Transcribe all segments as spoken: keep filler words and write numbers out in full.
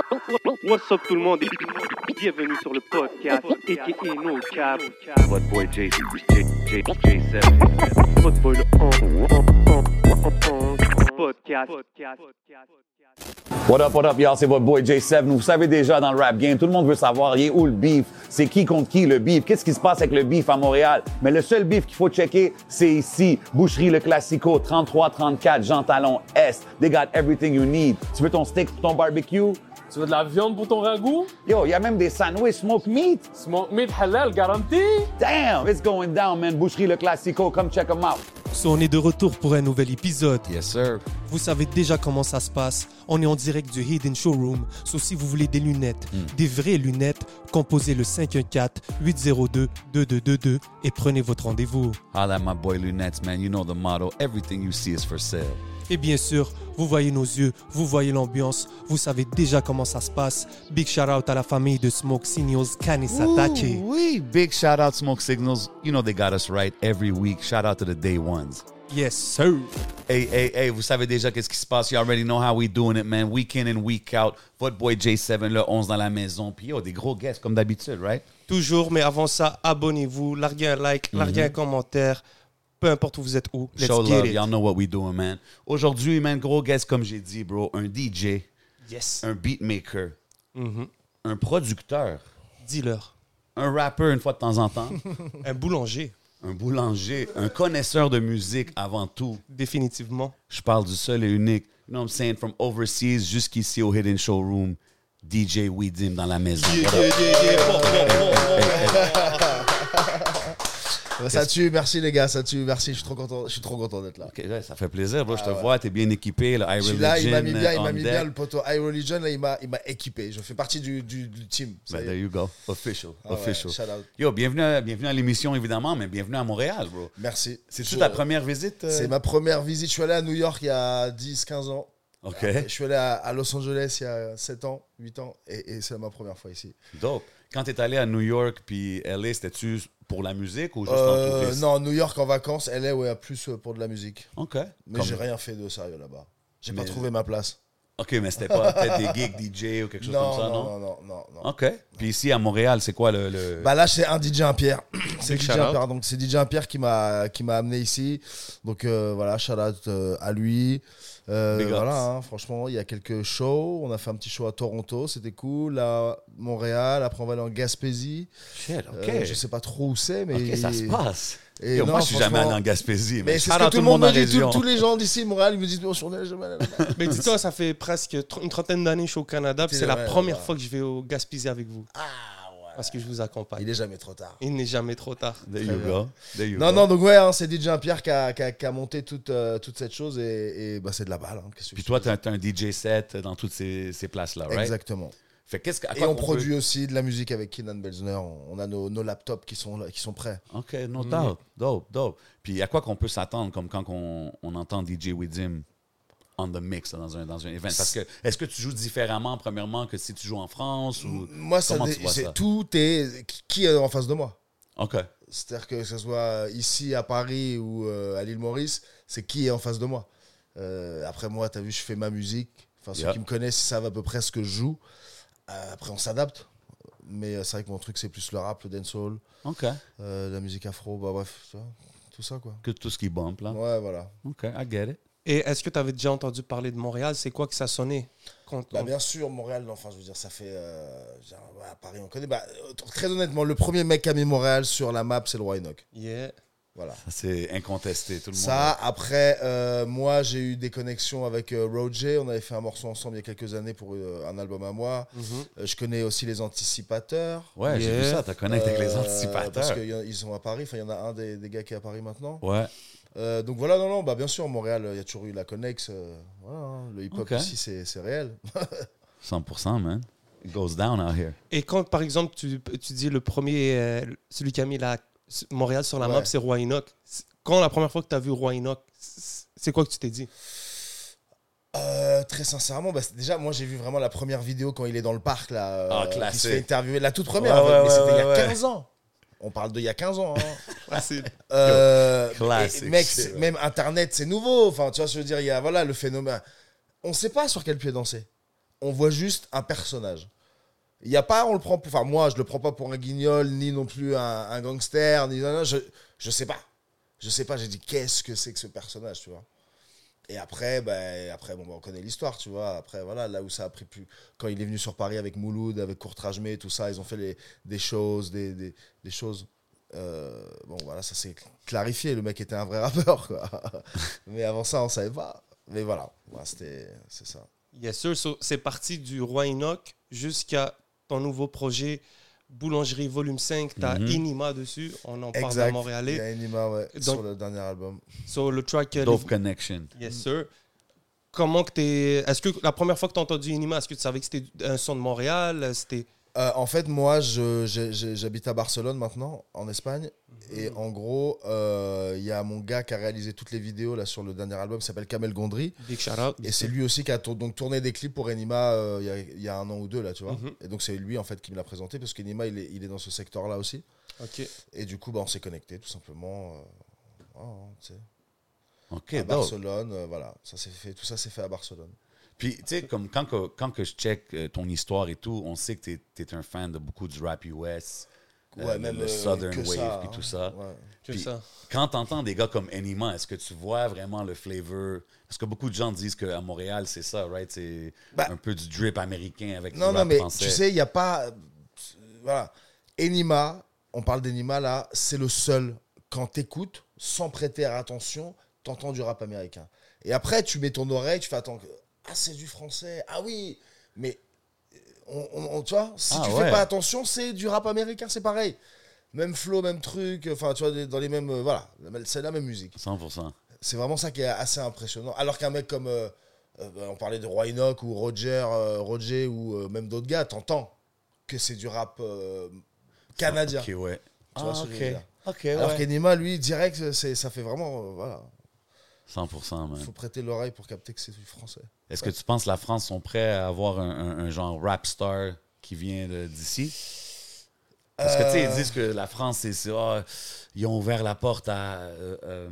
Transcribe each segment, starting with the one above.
What's up tout le monde et bienvenue sur le podcast A K A No Cap. Votre boy J seven. Votre boy le podcast. What up, what up, y'all? C'est votre boy J seven. Vous savez déjà, dans le rap game, tout le monde veut savoir, il est où le beef? C'est qui contre qui le beef? Qu'est-ce qui se passe avec le beef à Montréal? Mais le seul beef qu'il faut checker, c'est ici. Boucherie Le Classico, trente-trois trente-quatre, Jean Talon Est. They got everything you need. Tu veux ton steak pour ton barbecue? Tu veux de la viande pour ton ragoût? Yo, il y a même des sandwichs smoke meat. Smoke meat halal garanti? Damn, it's going down, man. Boucherie Le Classico, come check them out. So, on est de retour pour un nouvel épisode. Yes, sir. Vous savez déjà comment ça se passe. On est en direct du Hidden Showroom. So, si vous voulez des lunettes, mm. des vraies lunettes, composez le cinq un quatre, huit zéro deux, deux deux deux deux et prenez votre rendez-vous. Holla at my boy Lunettes, man. You know the motto. Everything you see is for sale. Et bien sûr, vous voyez nos yeux, vous voyez l'ambiance, vous savez déjà comment ça se passe. Big shout-out à la famille de Smoke Signals, Kanisatake. Oui, big shout out Smoke Signals. You know they got us right every week. Shout out to the day ones. Yes, sir. Hey, hey, hey, vous savez déjà qu'est-ce qui se passe. You already know how we doing it, man. Week in and week out. Votre boy J seven, le onze dans la maison. Puis yo, des gros guests comme d'habitude, right? Toujours, mais avant ça, abonnez-vous, larguez un like, larguez mm-hmm. un commentaire. Peu importe où vous êtes où, let's Show get love, it. y'all know what we doing, man. Aujourd'hui, man, gros guest, comme j'ai dit, bro. Un D J. Yes. Un beatmaker. Mm-hmm. Un producteur. Dis-leur. Un rapper une fois de temps en temps. Un boulanger. Un boulanger. Un connaisseur de musique avant tout. Définitivement. Je parle du seul et unique. You know what I'm saying? From overseas jusqu'ici au Hidden Showroom. D J Weedim dans la maison. Yeah, yeah, yeah, yeah. Bon, bon, bon, Ça tue, merci les gars, ça tue, merci, je suis trop content, je suis trop content d'être là. Ok, ouais, ça fait plaisir, bro. Ah, je te ouais. vois, t'es bien équipé, le High Religion. Là, il m'a mis bien, il m'a mis deck. bien le poteau High Religion, là, il m'a, il m'a équipé. Je fais partie du, du, du team. Ben, there you go, official, ah, official. Ouais, shout out. Yo, bienvenue, à, bienvenue à l'émission évidemment, mais bienvenue à Montréal, bro. Merci. C'est-tu ta première visite? Euh... C'est ma première visite. Je suis allé à New York il y a dix quinze ans. Ok. Après, je suis allé à, à Los Angeles il y a sept ans, huit ans, et, et c'est ma première fois ici. Dope. Quand t'es allé à New York puis L A, c'était-tu pour la musique ou juste euh, en touriste? Non, New York en vacances, L A, ouais, plus pour de la musique. Ok. Mais Comme... j'ai rien fait de sérieux là-bas. J'ai mais... pas trouvé ma place. Ok, mais c'était pas peut-être des gigs D J ou quelque chose non, comme ça, non? Non, non, non, non, non. Ok. Puis ici à Montréal, c'est quoi le, le... Bah là, c'est un D J Impierre. C'est D J shout-out. Impierre, donc c'est D J Impierre qui m'a qui m'a amené ici. Donc euh, voilà, shout out euh, à lui. Euh, voilà, hein, franchement, il y a quelques shows. On a fait un petit show à Toronto, c'était cool. Là, Montréal. Après, on va aller en Gaspésie. Shit, ok. Euh, je sais pas trop où c'est, mais ok, ça se passe. Et Yo, non, moi, je suis jamais allé en Gaspésie. Mais, mais c'est shout ce que out tout le monde me dans la dit. région. Tous, tous les gens d'ici, Montréal, ils me disent, bon, je suis jamais allé là-bas. Mais dis-toi, ça fait presque une trentaine d'années que je suis au Canada, puis C'est c'est la vrai, première ouais. fois que je vais au Gaspésie avec vous. Ah ouais. Parce que je vous accompagne. Il est jamais trop tard. Il n'est jamais trop tard. There you go. There you Non, go. non, donc ouais, hein, c'est D J Impierre qui a, qui a, qui a monté toute, euh, toute cette chose et, et bah, c'est de la balle. Hein, Puis toi, tu as un D J set dans toutes ces, ces places-là, right? Exactement. Fait qu'est-ce que, à Et quoi on qu'on produit peut... aussi de la musique avec Keenan Belzner. On a nos, nos laptops qui sont, qui sont prêts. OK, no doubt. Dope, dope. Puis à quoi qu'on peut s'attendre comme quand on, on entend D J Weedim on the mix là, dans un dans un event? Parce que est-ce que tu joues différemment premièrement que si tu joues en France ou moi ça, comment dé- tu vois c'est, ça? tout est qui, qui est en face de moi. OK. C'est-à-dire que ce soit ici à Paris ou euh, à l'île Maurice, c'est qui est en face de moi. Euh, après moi, tu as vu, je fais ma musique. Enfin ceux Yeah. qui me connaissent, ils savent à peu près ce que je joue. Euh, après on s'adapte. Mais euh, c'est vrai que mon truc c'est plus le rap, le dancehall, OK. euh, la musique afro, bah bref, ça, tout ça quoi. Que tout ce qui bump là. Ouais, voilà. OK, I get it. Et est-ce que tu avais déjà entendu parler de Montréal? C'est quoi que ça sonnait? Quand Bah, on- bien sûr, Montréal, enfin, je veux dire, ça fait. Euh, genre, ouais, à Paris, on connaît. Bah, euh, très honnêtement, le premier mec qui a mis Montréal sur la map, c'est le Roi Enoch. Yeah. Voilà. Ça, c'est incontesté, tout le Ça, après, euh, moi, j'ai eu des connexions avec euh, Roger. On avait fait un morceau ensemble il y a quelques années pour euh, un album à moi. Mhm. Euh, je connais aussi les Anticipateurs. monde. Ouais, j'ai Yeah. vu ça, tu connecté avec les Euh, anticipateurs. Parce qu'ils sont à Paris. Enfin, il y en a un des, des gars qui est à Paris maintenant. Ouais. Euh, donc voilà, non, non, bah bien sûr, Montréal, il y a toujours eu la connex. euh, voilà, hein, le hip-hop Ok. ici, c'est, c'est réel. cent pour cent, man. It goes down out here. Et quand, par exemple, tu, tu dis le premier, euh, celui qui a mis la, Montréal sur la Ouais. map, c'est Roi Enoch. Quand la première fois que tu as vu Roi Enoch, c'est quoi que tu t'es dit? Euh, très sincèrement, bah, c'est- déjà, moi j'ai vu vraiment la première vidéo quand il est dans le parc, là, euh, Ah, qui se classique. fait interviewer. La toute première, Ouais, en fait, ouais, mais ouais, c'était il y a ouais, quinze ans. On parle d'il y a quinze ans. Hein. Facile. Euh, Classique, et, mec, c'est c'est- vrai. même Internet, c'est nouveau. Enfin, tu vois, je veux dire, il y a voilà, le phénomène. On ne sait pas sur quel pied danser. on voit juste un personnage. Il y a pas, on le prend pour... Enfin, moi, je le prends pas pour un guignol, ni non plus un, un gangster, ni... Non, non, je, je sais pas. Je sais pas, j'ai dit, qu'est-ce que c'est que ce personnage, tu vois. Et après, ben, après bon, ben, on connaît l'histoire, tu vois. Après, voilà, là où ça a pris plus... Quand il est venu sur Paris avec Mouloud, avec Courtrajmé, tout ça, ils ont fait les, des choses, des, des, des choses... Euh, bon, voilà, ça s'est clarifié. Le mec était un vrai rappeur, quoi. Mais avant ça, on savait pas. Mais voilà, voilà c'était, c'est ça. Yes, sir. So, c'est parti du Roi Enoch jusqu'à ton nouveau projet Boulangerie Volume cinq. Tu as Mhm. Inima dessus. On en parle Exact. à Montréalais. Il y a Enima, ouais, Donc- sur le dernier album. So, le track... euh, Dope les- Connection. Yes, sir. Comment que t'es... Est-ce que la première fois que tu as entendu Inima, est-ce que tu savais que c'était un son de Montréal? C'était... Euh, en fait, moi, je, j'ai- j'ai- j'habite à Barcelone maintenant, en Espagne. Et en gros, euh, il y a mon gars qui a réalisé toutes les vidéos là, sur le dernier album, qui s'appelle Kamel Gondry. Big shout-out. Et c'est lui aussi qui a tour- donc, tourné des clips pour Enima euh, il y, a, il y a un an ou deux, là, tu vois. Mhm. Et donc, c'est lui, en fait, qui me l'a présenté, parce qu'Enima, il est, il est dans ce secteur-là aussi. OK. Et du coup, bah, on s'est connectés, tout simplement. Euh, oh, tu sais, OK, à dope. Barcelone, euh, voilà. Ça s'est fait, tout ça s'est fait à Barcelone. Puis, tu sais, comme quand, que, quand que je check euh, ton histoire et tout, on sait que tu es un fan de beaucoup du rap U S, euh, Ouais, le- même le euh, Southern que Wave ça, et hein. tout ça. Ouais. Que Puis, ça. Quand tu entends des gars comme Enima, est-ce que tu vois vraiment le flavor? Parce que beaucoup de gens disent qu'à Montréal, c'est ça, right? C'est Bah, un peu du drip américain avec Non, du non, rap mais français. tu sais, il n'y a pas. Voilà. Enima, on parle d'Enima là, c'est le seul, quand t'écoutes, sans prêter attention, t'entends du rap américain. Et après, tu mets ton oreille, tu fais attends, ah, c'est du français, ah oui, mais on, on- on- tu vois, si Ah, tu ouais. fais pas attention, c'est du rap américain, c'est pareil. Même flow, même truc, enfin, tu vois, dans les mêmes. euh, voilà, c'est la même musique. cent pour cent. C'est vraiment ça qui est assez impressionnant. Alors qu'un mec comme. euh, euh, on parlait de Roi Enoch ou Roger, euh, Roger ou euh, même d'autres gars, t'entends que c'est du rap euh, canadien. OK, ouais. Tu vois Ah, ce que je OK. veux dire. OK, Alors ouais. qu'Enima, lui, direct, c'est, ça fait vraiment. euh, voilà. cent pour cent, man. Il faut prêter l'oreille pour capter que c'est du français. Est-ce que tu penses que la France sont prêts à avoir un, un- un genre rap star qui vient de- d'ici? Parce que, tu sais, ils Euh, disent que la France, c'est... c'est, ah, ils ont ouvert la porte à... euh, euh,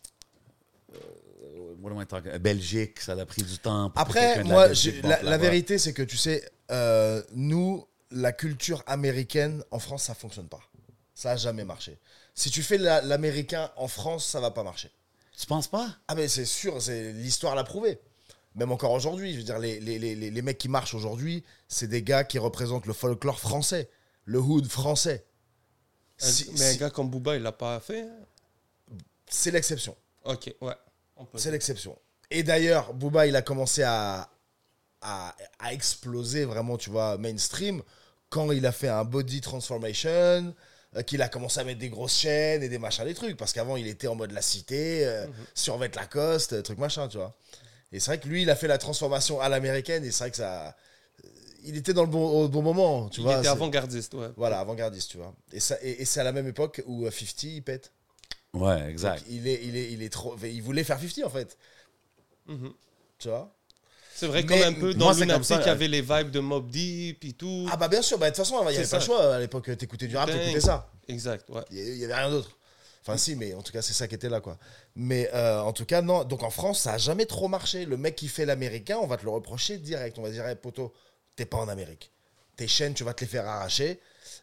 euh, what am I talking- Belgique, ça a pris du temps. Pour que Après, quelqu'un de la moi, Belgique j'ai- monte la, la là-bas. vérité, c'est que tu sais, euh, nous, la culture américaine en France, ça fonctionne pas. Ça a jamais marché. Si tu fais la- l'américain en France, ça va pas marcher. Tu penses pas? Ah mais c'est sûr, c'est, l'histoire l'a prouvé. Même encore aujourd'hui, je veux dire, les, les, les, les mecs qui marchent aujourd'hui, c'est des gars qui représentent le folklore français, le hood français. Un- Si- mais un si- gars comme Booba, il l'a pas fait. hein? c'est l'exception. OK, ouais. On peut- C'est l'exception. Et d'ailleurs, Booba, il a commencé à, à, à exploser vraiment, tu vois, mainstream, quand il a fait un body transformation, euh, qu'il a commencé à mettre des grosses chaînes et des machins, des trucs. Parce qu'avant, il était en mode la cité, euh, Mhm. survêt Lacoste, euh, truc machin, tu vois. Et c'est vrai que lui, il a fait la transformation à l'américaine et c'est vrai que ça. Il était dans le bon, au bon moment, tu il vois. était c'est- avant-gardiste, ouais. Voilà, avant-gardiste, tu vois. Et, ça, et, et c'est à la même époque où euh, cinquante, il pète. Ouais, Donc, exact. il, est, il, est, il est trop. Il voulait faire cinquante, en fait. Mhm. Tu vois. C'est vrai, Mais comme un peu dans moi, c'est comme Lunatic, ça, il y avait les vibes de Mobb Deep et tout. Ah bah bien sûr, bah, de toute façon, il n'y C'est avait ça. pas le choix. À l'époque, t'écoutais du rap, Dingue. t'écoutais ça. Exact, ouais. Il n'y avait rien d'autre. Enfin si, mais en tout cas, c'est ça qui était là, quoi. Mais euh, en tout cas, non. Donc en France, ça a jamais trop marché. Le mec qui fait l'américain, on va te le reprocher direct. On va dire, hey, poto, t'es pas en Amérique. Tes chaînes, tu vas te les faire arracher.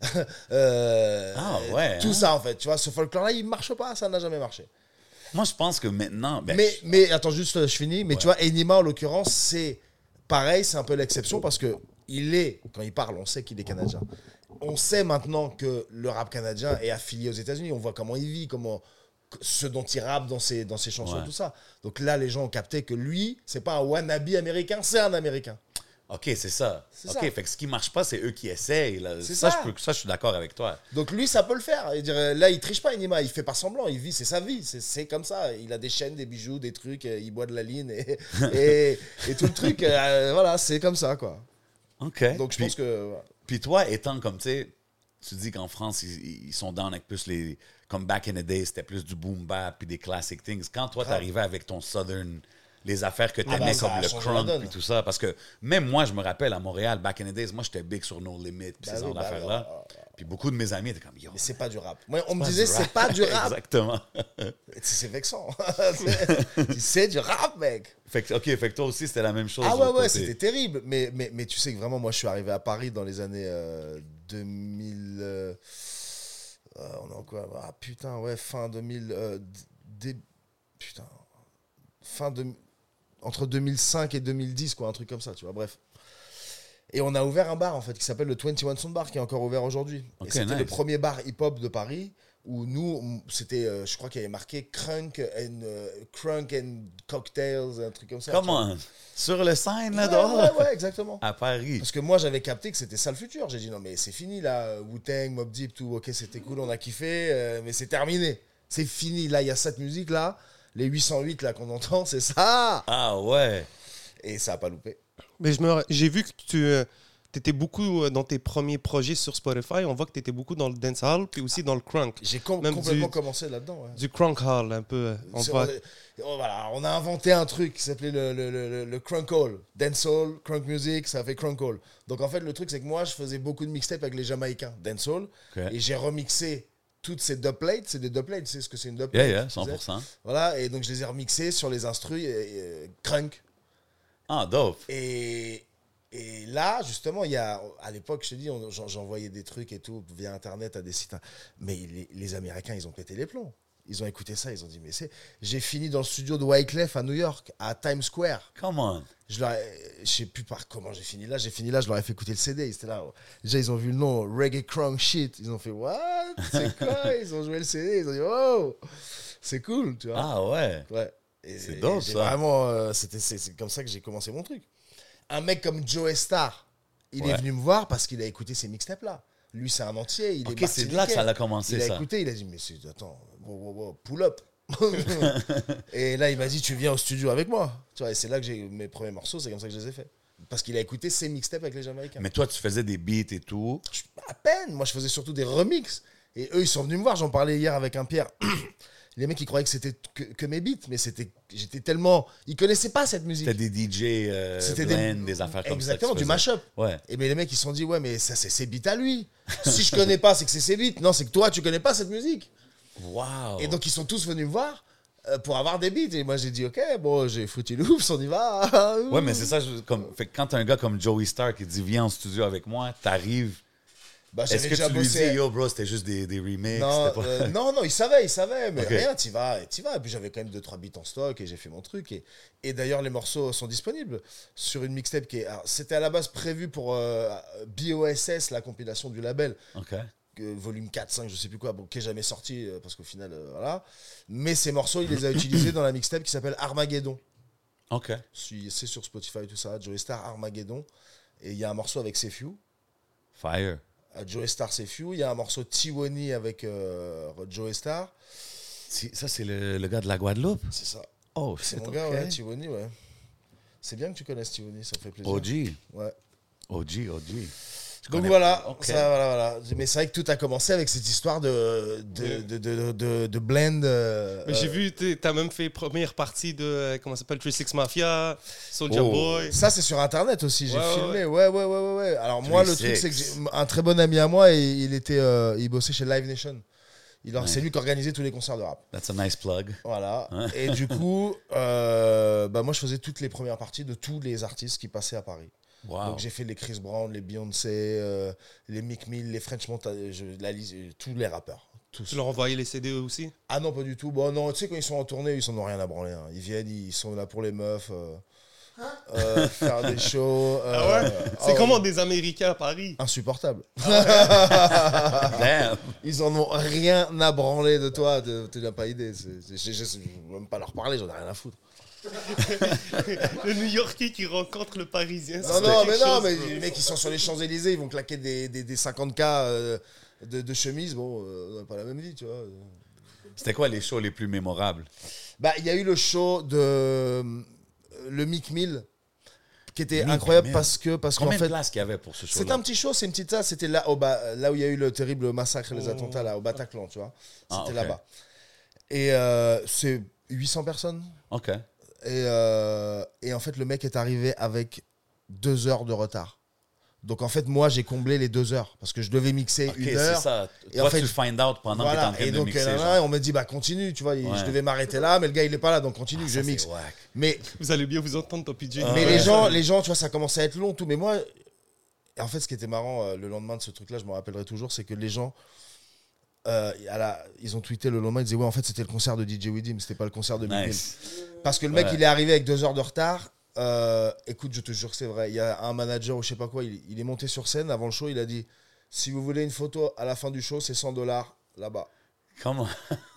Euh, Ah ouais, Tout hein. ça, en fait. Tu vois, ce folklore-là, il marche pas. Ça n'a jamais marché. Moi, je pense que maintenant... ben, mais, mais attends, juste, euh, je finis. Mais tu vois, Enima, en l'occurrence, c'est pareil, c'est un peu l'exception parce que il est, quand il parle, on sait qu'il est canadien. On sait maintenant que le rap canadien est affilié aux États-Unis. On voit comment il vit, comment ce dont il rappe dans ses, dans ses chansons, Ouais. tout ça. Donc là, les gens ont capté que lui, c'est pas un wannabe américain, c'est un Américain. OK, c'est ça. C'est OK, ça. fait que ce qui marche pas, c'est eux qui essayent. Là. C'est ça, ça. Je peux, ça, je suis d'accord avec toi. Donc lui, ça peut le faire. Il dirait, là, il triche pas, Enima. Il fait pas semblant. Il vit, c'est sa vie. C'est, c'est comme ça. Il a des chaînes, des bijoux, des trucs. euh, Il boit de la ligne et, et, et tout le truc. euh, voilà, c'est comme ça, quoi. OK. Donc je Puis- pense que. voilà. Puis toi, étant comme, tu sais, tu dis qu'en France, ils, ils sont down avec plus les... Comme back in the day, c'était plus du boom bap puis des classic things. Quand toi, Grave. t'arrivais avec ton southern les affaires que tu Ah aimais, bah, ça comme a le changé la crunk donne. et tout ça. Parce que même moi, je me rappelle, à Montréal, back in the days, moi, j'étais big sur No Limit puis Bah ces oui, genres bah d'affaires-là. oui, ouais, ouais. Puis beaucoup de mes amis étaient comme, yo, Mais c'est pas du rap. Moi, on me pas disait, du rap. c'est pas du rap. Exactement. C'est vexant. C'est- c'est du rap, mec. Fait que, OK, fait que toi aussi, c'était la même chose. Ah de ouais, l'autre ouais, côté. c'était terrible. Mais, mais, mais tu sais que vraiment, moi, je suis arrivé à Paris dans les années euh, deux mille. euh, euh, on est en quoi? Ah putain, ouais, fin deux mille. Euh, dé- putain. Fin de, entre deux mille cinq et deux mille dix, quoi, un truc comme ça, tu vois, bref. Et on a ouvert un bar, en fait, qui s'appelle le vingt et un Sound Bar, qui est encore ouvert aujourd'hui. Ok, et c'était nice. le premier bar hip-hop de Paris, où nous, on- c'était, euh, je crois qu'il y avait marqué Crunk and, euh, Crunk and Cocktails, un truc comme ça. tu vois. Comment? Sur le scène, là, Ouais, dehors? ouais, ouais, exactement. À Paris. Parce que moi, j'avais capté que c'était ça le futur. J'ai dit, non, mais c'est fini, là. Wu-Tang, Mobb Deep, tout, ok, c'était cool, on a kiffé, euh, mais c'est terminé. C'est fini. Là, il y a cette musique-là, les huit cent huit, là, qu'on entend, c'est ça. Ah ouais. Et ça a pas loupé. Mais je me, j'ai vu que tu euh, étais beaucoup euh, dans tes premiers projets sur Spotify. On voit que tu étais beaucoup dans le dancehall puis aussi dans le crunk. J'ai com- Même complètement du- commencé là-dedans. Ouais. Du crunk hall, un peu. euh, On C'est- voit. on, oh, voilà, on a inventé un truc qui s'appelait le, le, le, le, le crunk hall. Dancehall, crunk music, ça fait crunk hall. Donc en fait, le truc, c'est que moi, je faisais beaucoup de mixtapes avec les Jamaïcains, dancehall. Ok. Et j'ai remixé toutes ces dubplates. C'est des dubplates, tu sais ce que c'est une dubplate? Yeah, yeah, tu cent sais pour cent. Voilà, et donc je les ai remixés sur les instrus et, et, crunk. Ah, dope. Et, et là, justement, il y a, à l'époque, je te dis, on- j'en- j'envoyais des trucs et tout via Internet à des sites. Mais les, les Américains, ils ont pété les plombs. Ils ont écouté ça, ils ont dit, mais c'est... J'ai fini dans le studio de Wyclef à New York, à Times Square. Come on. Je leur ai- je sais plus par comment j'ai fini là. J'ai fini là, je leur ai fait écouter le C D. Ils étaient là. Déjà, ils ont vu le nom Reggae Crunk Shit. Ils ont fait, what? C'est quoi? Ils ont joué le C D. Ils ont dit, oh, c'est cool, tu vois. Ah ouais. Ouais. Et- C'est et dope, j'ai ça. Vraiment, euh, c'était, c'est, c'est comme ça que j'ai commencé mon truc. Un mec comme Joe Star, il Ouais. est venu me voir parce qu'il a écouté ces mixtapes là. Lui, c'est un entier. Il Ok, est c'est de là que ça a martiniquais. commencé, Il a ça. écouté, il a dit, mais c'est, attends, wow, wow, wow, pull up. Et là, il m'a dit, tu viens au studio avec moi. Tu vois, et c'est là que j'ai eu mes premiers morceaux, c'est comme ça que je les ai faits. Parce qu'il a écouté ses mixtapes avec les Jamaïcains. Mais toi, tu faisais des beats et tout. Je- à peine, moi je faisais surtout des remixes. Et eux, ils sont venus me voir, j'en parlais hier avec un Pierre. Les mecs, ils croyaient que c'était que, que mes beats, mais c'était, j'étais tellement... Ils connaissaient pas cette musique. C'était des D J euh, C'était blend, des... affaires comme Exactement, ça. que du tu mashup. faisais. Ouais. Et mais les mecs, ils se sont dit, ouais, mais ça, c'est ses beats à lui. Si je connais pas, c'est que c'est ses beats. Non, c'est que toi, tu connais pas cette musique. Wow. Et donc, ils sont tous venus me voir euh, pour avoir des beats. Et moi, j'ai dit, ok, bon, j'ai Fruity Loops, on y va. Ouais, mais c'est ça. Je- comme... Fait que quand t'as un gars comme Joey Star qui dit viens en studio avec moi, t'arrives. Bah, Est-ce j'avais que déjà tu lui bossé- dis yo, bro, c'était juste des, des remixes? Non, c'était pas- euh, non, non, il savait, il savait, mais Ok. rien, t'y vas, et t'y vas. Et puis j'avais quand même deux trois beats en stock et j'ai fait mon truc. Et, et d'ailleurs, les morceaux sont disponibles sur une mixtape qui est. alors, c'était à la base prévu pour euh, B O S S, la compilation du label, OK. que- volume quatre, cinq, je sais plus quoi, bon, qui est jamais sorti euh, parce qu'au final, euh, voilà. Mais ces morceaux, il les a utilisés dans la mixtape qui s'appelle Armageddon. OK. Si- C'est sur Spotify, tout ça, Joey Star, Armageddon. Et il y a un morceau avec Sefiu. Fire. À Joey Star, Sefiu. Il y a un morceau Tiwoni avec euh, Joey Star. Si- Ça, c'est le, le gars de la Guadeloupe? C'est ça. Oh, C'est c'est mon OK. gars, ouais, Tiwoni, ouais. C'est bien que tu connaisses Tiwoni, ça me fait plaisir. O G. Ouais. O G, O G. Je Donc connais- voilà, OK. ça, voilà, voilà. Mais c'est vrai que tout a commencé avec cette histoire de, de, de, de, de, de blend. euh, Mais j'ai euh, vu, tu as même fait première partie de, euh, comment ça s'appelle, trois six Mafia, Soulja Oh. Boy. Ça, c'est sur Internet aussi, j'ai Ouais, ouais, filmé. Ouais, ouais, ouais, ouais. ouais. Alors, moi, le truc, trois six. c'est que j'ai un très bon ami à moi, et il, était, euh, il bossait chez Live Nation. Il, Ouais. C'est lui qui organisait tous les concerts de rap. That's a nice plug. Voilà. Hein? Et du coup, euh, bah, moi, je faisais toutes les premières parties de tous les artistes qui passaient à Paris. Wow. Donc j'ai fait les Chris Brown, les Beyoncé, euh, les Meek Mill, les French Montana, je, la liste, euh, tous les rappeurs. Tous. Tu leur envoyais les C D aussi? Ah non, pas du tout. Bon, non, tu sais, quand ils sont en tournée, ils s'en ont rien à branler. hein. Ils viennent, ils sont là pour les meufs, euh, euh, faire des shows. euh, Ah ouais? C'est oh, comment des Américains à Paris? Insupportable. Damn. Ils en ont rien à branler de toi, de- tu n'as pas idée. C'est- c'est- Je ne veux même pas leur parler, j'en ai rien à foutre. Le New-Yorkais qui rencontre le Parisien. Non, c'est non, quelque mais non, chose, mais bro. les mecs qui sont sur les Champs-Élysées, ils vont claquer des, des, des cinquante K euh, de, de chemise. Bon, euh, on n'a pas la même vie, tu vois. C'était quoi les shows les plus mémorables? Bah, il y a eu le show de euh, le Meek Mill qui était Meek incroyable Mill. parce que parce qu'en Combien de fait places qu'il y avait pour ce show-là? c'était un petit show, c'est une petite salle, c'était là au bas, là où il y a eu le terrible massacre, les attentats là au Bataclan, tu vois. C'était Ah, ok. là-bas. Et euh, c'est huit cents personnes. OK. Et, euh, et en fait, le mec est arrivé avec deux heures de retard. Donc en fait, moi, j'ai comblé les deux heures parce que je devais mixer Ok, une c'est heure. ça. Et Toi, en fait, tu find out pendant voilà. que t'es en train Et de donc, mixer. là, genre. on m'a dit, bah continue, tu vois. Ouais. Je devais m'arrêter là, mais le gars, il est pas là, donc continue, Ah, je ça, c'est mixe. whack. Mais, Vous allez bien vous entendre, Top P J. Ah, mais ouais. les gens, les gens, tu vois, ça commençait à être long, tout. Mais moi, et en fait, ce qui était marrant euh, le lendemain de ce truc-là, je me rappellerai toujours, c'est que les gens, euh, à la- ils ont tweeté le lendemain, ils disaient, ouais, en fait, c'était le concert de D J Widim, c'était pas le concert de Big Mill. Nice. Parce que le mec, Ouais. il est arrivé avec deux heures de retard. Euh, écoute, je te jure que c'est vrai. Il y a un manager ou je sais pas quoi, il, il est monté sur scène avant le show. Il a dit, si vous voulez une photo à la fin du show, c'est cent dollars là-bas. Comment?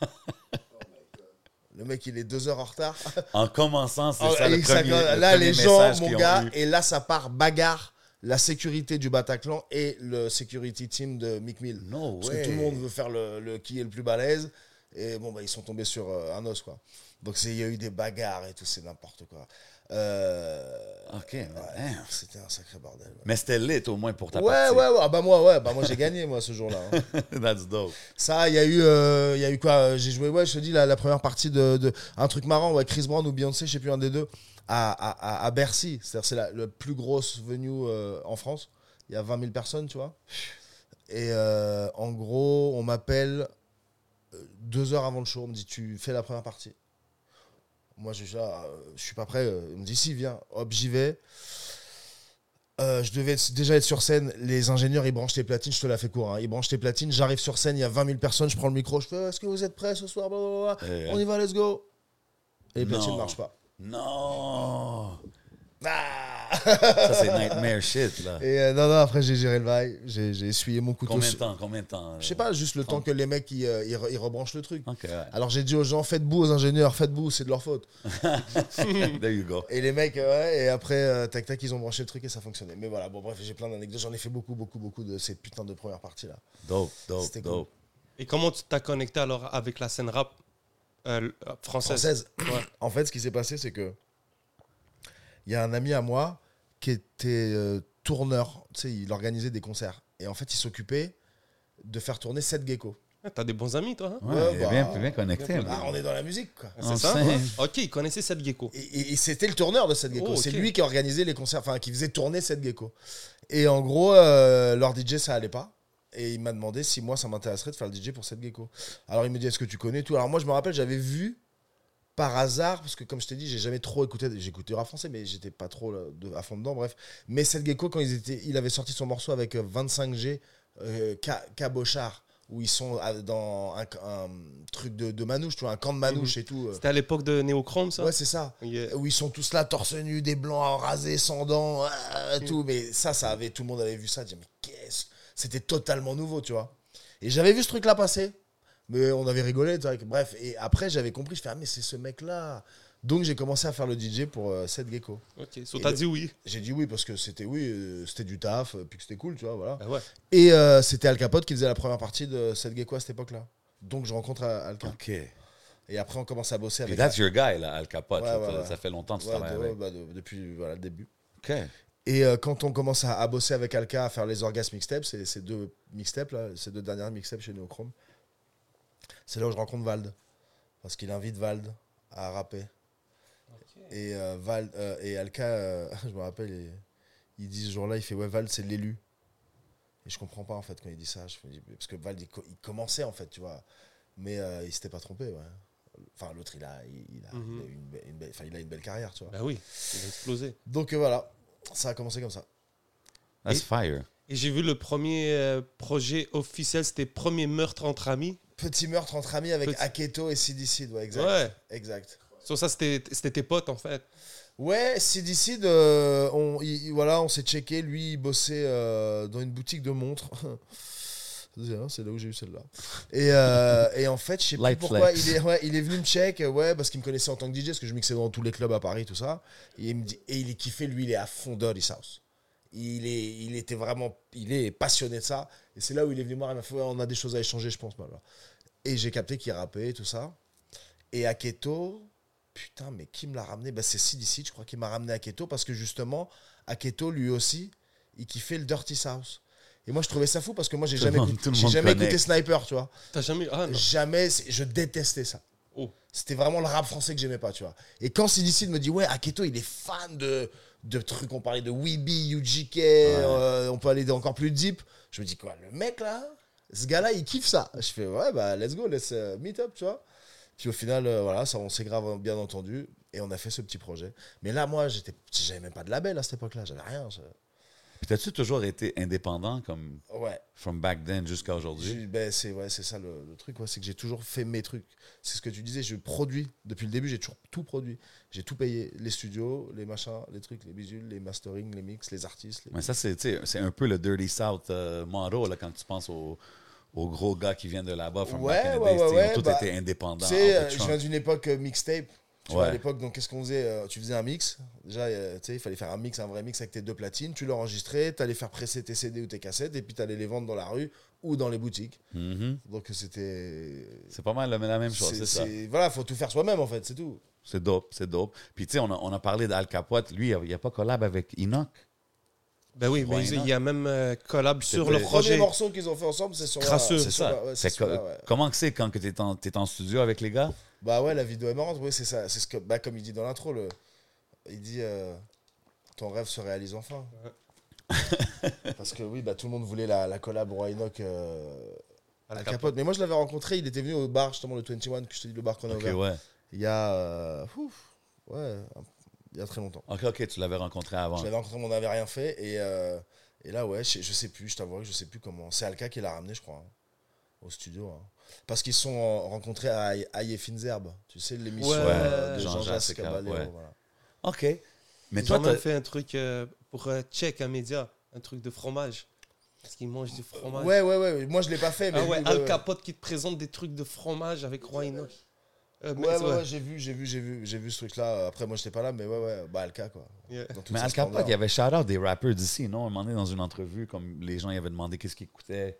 Le mec, il est deux heures en retard. En commençant, c'est Oh, ça le et ça- premier, le là, premier les gens, message mon qu'ils ont gars, eu. et là, ça part bagarre. La sécurité du Bataclan et le security team de Mick Mill. No Parce way. que tout le monde veut faire le, le qui est le plus balèze. Et bon, bah, ils sont tombés sur euh, un os, quoi. Donc, c'est- il y a eu des bagarres et tout, c'est n'importe quoi. Euh, Ok, ouais, damn. c'était un sacré bordel. Ouais, Mais c'était lit au moins pour ta ouais, partie. ouais, ouais. Ah, bah, moi, ouais, bah, moi j'ai gagné, moi, ce jour-là. hein. That's dope. Ça, il y a eu, euh, il y a eu quoi euh, J'ai joué, ouais, je te dis, la, la première partie de, de- un truc marrant, ouais, Chris Brown ou Beyoncé, je sais plus un des deux, à, à, à- à Bercy. C'est-à-dire, c'est la, le plus grosse venue euh, en France. Il y a vingt mille personnes, tu vois. Et euh, en gros, on m'appelle euh, deux heures avant le show. On me dit, tu fais la première partie. Moi, je suis là, euh, je suis pas prêt. euh, Il me dit, si, viens. Hop, j'y vais. Euh, je devais être- déjà être sur scène. Les ingénieurs, ils branchent tes platines. Je te la fais court. Hein. Ils branchent tes platines. J'arrive sur scène. Il y a vingt mille personnes. Je prends le micro. Je fais, est-ce que vous êtes prêts ce soir? Blablabla. Euh, On y va, let's go. Et les platines non. ne marchent pas. Non. Ah Ça, c'est nightmare shit, là. Et euh, non, non, après, j'ai géré le bail. J'ai j'ai essuyé mon couteau. Combien de sur- temps? Combien de temps? Je sais pas, juste le temps que les mecs, ils, euh, ils re- ils rebranchent le truc. Ok, ouais. Alors, j'ai dit aux gens, faites bout aux ingénieurs, faites bout, c'est de leur faute. There you go. Et les mecs, euh, ouais, et après, euh, tac, tac, ils ont branché le truc et ça fonctionnait. Mais voilà, bon, bref, j'ai plein d'anecdotes. J'en ai fait beaucoup, beaucoup, beaucoup de ces putains de premières parties-là. Dope, dope, C'était dope. Et comment tu t'as connecté alors avec la scène rap euh, française? Française. Ouais. En fait, ce qui s'est passé, c'est que il y a un ami à moi qui était euh, tourneur. Tu sais, il organisait des concerts. Et en fait, il s'occupait de faire tourner Seth Gecko. Ah, t'as des bons amis, toi. Hein? Ouais, Ouais, il est bah, bien, bien connecté. bien man. Ah, on est dans la musique, quoi. C'est On ça? sait. Ouais. Ok, il connaissait cette gecko. Et, et- et c'était le tourneur de Seth Gecko. Oh, C'est ok. lui qui organisait les concerts, enfin, qui faisait tourner Seth Gecko. Et en gros, euh, leur D J, ça allait pas. Et il m'a demandé si moi, ça m'intéresserait de faire le D J pour Seth Gecko. Alors, il me dit, est-ce que tu connais tout? Alors, moi, je me rappelle, j'avais vu par hasard, parce que comme je t'ai dit, j'ai jamais trop écouté, j'écoutais rap français, mais j'étais pas trop là, de- à fond dedans, bref. Mais Seth Gecko, quand ils étaient, il avait sorti son morceau avec euh, vingt-cinq G, euh, Ca- Cabochard, où ils sont à- dans un, un truc de, de manouche, tu vois, un camp de manouche et tout. euh. C'était à l'époque de Néochrome, ça? Ouais, c'est ça. Yeah. Où ils sont tous là, torse nu, des blancs rasés, sans dents, ah, tout. Mais ça, ça avait, tout le monde avait vu ça. Dit, mais qu'est-ce? C'était totalement nouveau, tu vois. Et j'avais vu ce truc-là passer. Mais on avait rigolé, tu vois. Bref, et après, j'avais compris. Je fais, ah, mais c'est ce mec-là. Donc, j'ai commencé à faire le D J pour euh, Seth Gecko. Ok, so Et t'as le- dit oui. J'ai dit oui parce que c'était oui, euh, c'était du taf, euh, puis que c'était cool, tu vois, voilà. Ah ouais. Et euh, c'était Al Capote qui faisait la première partie de Seth Gecko à cette époque-là. Donc, je rencontre euh, Al Capote. OK. Et après, on commence à bosser Puis avec. that's your guy, là, Al Capote. Ouais, là. ouais, Ça- ouais. Ça fait longtemps que tu Ouais, travailles de- avec. bah, de- depuis voilà, le début. OK. Et euh, quand on commence à, à bosser avec Alka, à faire les Orgasmes mixtapes, c'est ces deux mixtapes, là, ces deux dernières mixtapes chez Neochrome, c'est là où je rencontre Vald. Parce qu'il invite Vald à rapper. Et, euh, Vald, euh, et Alka, euh, je me rappelle, il, il dit ce jour-là, il fait ouais, Vald, c'est l'élu. Et je comprends pas en fait quand il dit ça. Je me dis, parce que Vald, il, co- il commençait en fait, tu vois. Mais euh, il s'était pas trompé, ouais. Enfin, l'autre, il a, il, il a, Mhm. il a une, be- une belle, enfin, il a une belle carrière, tu vois. Bah oui, il a explosé. Donc euh, voilà, ça a commencé comme ça. That's Et- fire. Et j'ai vu le premier euh, projet officiel, c'était Premier meurtre entre amis. Petit meurtre entre amis avec Petit- Aketo et C D C, ouais, exact. Ouais. Exact. Sur ça, c'était c'était tes potes, en fait. Ouais, C D C, euh, on, il- il- voilà, on s'est checké. Lui, il bossait euh, dans une boutique de montres. C'est hein, c'est là où j'ai eu celle-là. Et, euh, et en fait, je sais plus Light pourquoi, flex. il est, ouais, il est venu me check, euh, ouais, parce qu'il me connaissait en tant que D J, parce que je mixais dans tous les clubs à Paris, tout ça. Et il me dit, et il est kiffé, lui, il est à fond Dirty South. Il, est, il était vraiment, il est passionné de ça. Et c'est là où il est venu me voir, il m'a fait, ouais, on a des choses à échanger, je pense. Voilà. Et j'ai capté qu'il rappait, tout ça. Et Aketo, putain, mais qui me l'a ramené? Ben, c'est C D C, je crois, qui m'a ramené Aketo, parce que justement, Aketo, lui aussi, il kiffait le Dirty South. Et moi, je trouvais ça fou, parce que moi, j'ai Tout le jamais, monde- écouté, tout le j'ai monde jamais connecte. écouté Sniper, tu vois. T'as jamais. Ah non. Jamais, c'est- je détestais ça. Oh. C'était vraiment le rap français que j'aimais pas, tu vois. Et quand C D C me dit, ouais, Aketo, il est fan de, de trucs, on parlait de Weeby, U G K, ouais. euh, on peut aller encore plus deep. Je me dis, quoi, le mec là, ce gars-là, il kiffe ça. Je fais, ouais, bah, let's go, let's uh, meet up, tu vois. Puis au final, euh, voilà, ça, on s'est grave bien entendu. Et on a fait ce petit projet. Mais là, moi, j'étais, j'avais même pas de label à cette époque-là, j'avais rien. Je... Puis t'as-tu toujours été indépendant, comme ouais. from back then jusqu'à aujourd'hui? J'ai- Ben, c'est, ouais, c'est ça le, le truc, ouais, c'est que j'ai toujours fait mes trucs. C'est ce que tu disais, je produis. Depuis le début, j'ai toujours tout produit. J'ai tout payé. Les studios, les machins, les trucs, les visuels, les mastering, les mix, les artistes. Les... Mais ça, c'est, tu sais, c'est un peu le Dirty South euh, motto, là, quand tu penses aux, aux gros gars qui viennent de là-bas, from Ouais, back in the ouais, days, ouais, tu sais, ouais, ils ont tous bah, été indépendants. Tu sais, off the euh, je trunk. viens d'une époque euh, mixtape. Tu vois, Ouais. à l'époque, donc qu'est-ce qu'on faisait euh, Tu faisais un mix. Déjà, euh, tu sais, il fallait faire un mix, un vrai mix avec tes deux platines. Tu l'enregistrais, tu allais faire presser tes C D ou tes cassettes, et puis tu allais les vendre dans la rue ou dans les boutiques. Mhm. Donc c'était. C'est pas mal la, la même chose, c'est, ça. Voilà, faut tout faire soi-même en fait, c'est tout. C'est dope, c'est dope. Puis tu sais, on a, on a parlé d'Al Capote. Lui, il n'y a, a pas collab avec Enoch. Ben oui, Ouais, mais il non. y a même euh, collab sur C'était- le Le premier projet. morceau qu'ils ont fait ensemble, c'est sur. la- Crasseux. c'est C'est sur ça. la- ouais, c'est Fait sur que, la- ouais. comment que c'est quand tu es en, t'es en studio avec les gars? Bah ouais, la vidéo est marrante, oui, c'est ça. C'est ce que, bah, comme il dit dans l'intro, le... il dit euh, ton rêve se réalise enfin. Parce que oui, bah, tout le monde voulait la, la collab Roy Enoch euh, Al Al Capote. Capote. Mais moi, je l'avais rencontré, il était venu au bar, justement, le vingt et un, que je te dis, le bar qu'on a Ok, ouvert. ouais. Il y a. euh, ouf, ouais, il y a très longtemps. Ok, ok, tu l'avais rencontré avant. Je l'avais rencontré, mais on n'avait rien fait. Et, euh, et là, ouais, je, je sais plus, je t'avoue que je sais plus comment. C'est Alka qui l'a ramené, je crois, hein, au studio. hein. Parce qu'ils se sont euh, rencontrés à Aïe Finzerbe. Tu sais, l'émission Ouais, euh, de Jean-Jacques Jean-Jacques Caballero, Caballero. ouais. Voilà. Ok. Mais Ils toi, ont même t'as- fait un truc euh, pour euh, Check, un média, un truc de fromage. Parce qu'ils mangent du fromage. Ouais, ouais, ouais. Moi, je l'ai pas fait. Mais Ah ouais, lui, Al Capote qui te présente des trucs de fromage avec Roy Enoch. Euh, mais- Ouais, ouais, ouais, j'ai vu, j'ai vu, j'ai vu, j'ai vu ce truc-là. Après, moi, j'étais pas là, mais ouais, ouais, bah, Alka, quoi. Yeah. Dans toute mais sa Al Capote, splendeur. il y avait shout-out des rappers d'ici, non? À un moment donné, dans une entrevue, comme les gens y avaient demandé qu'est-ce qu'ils écoutaient.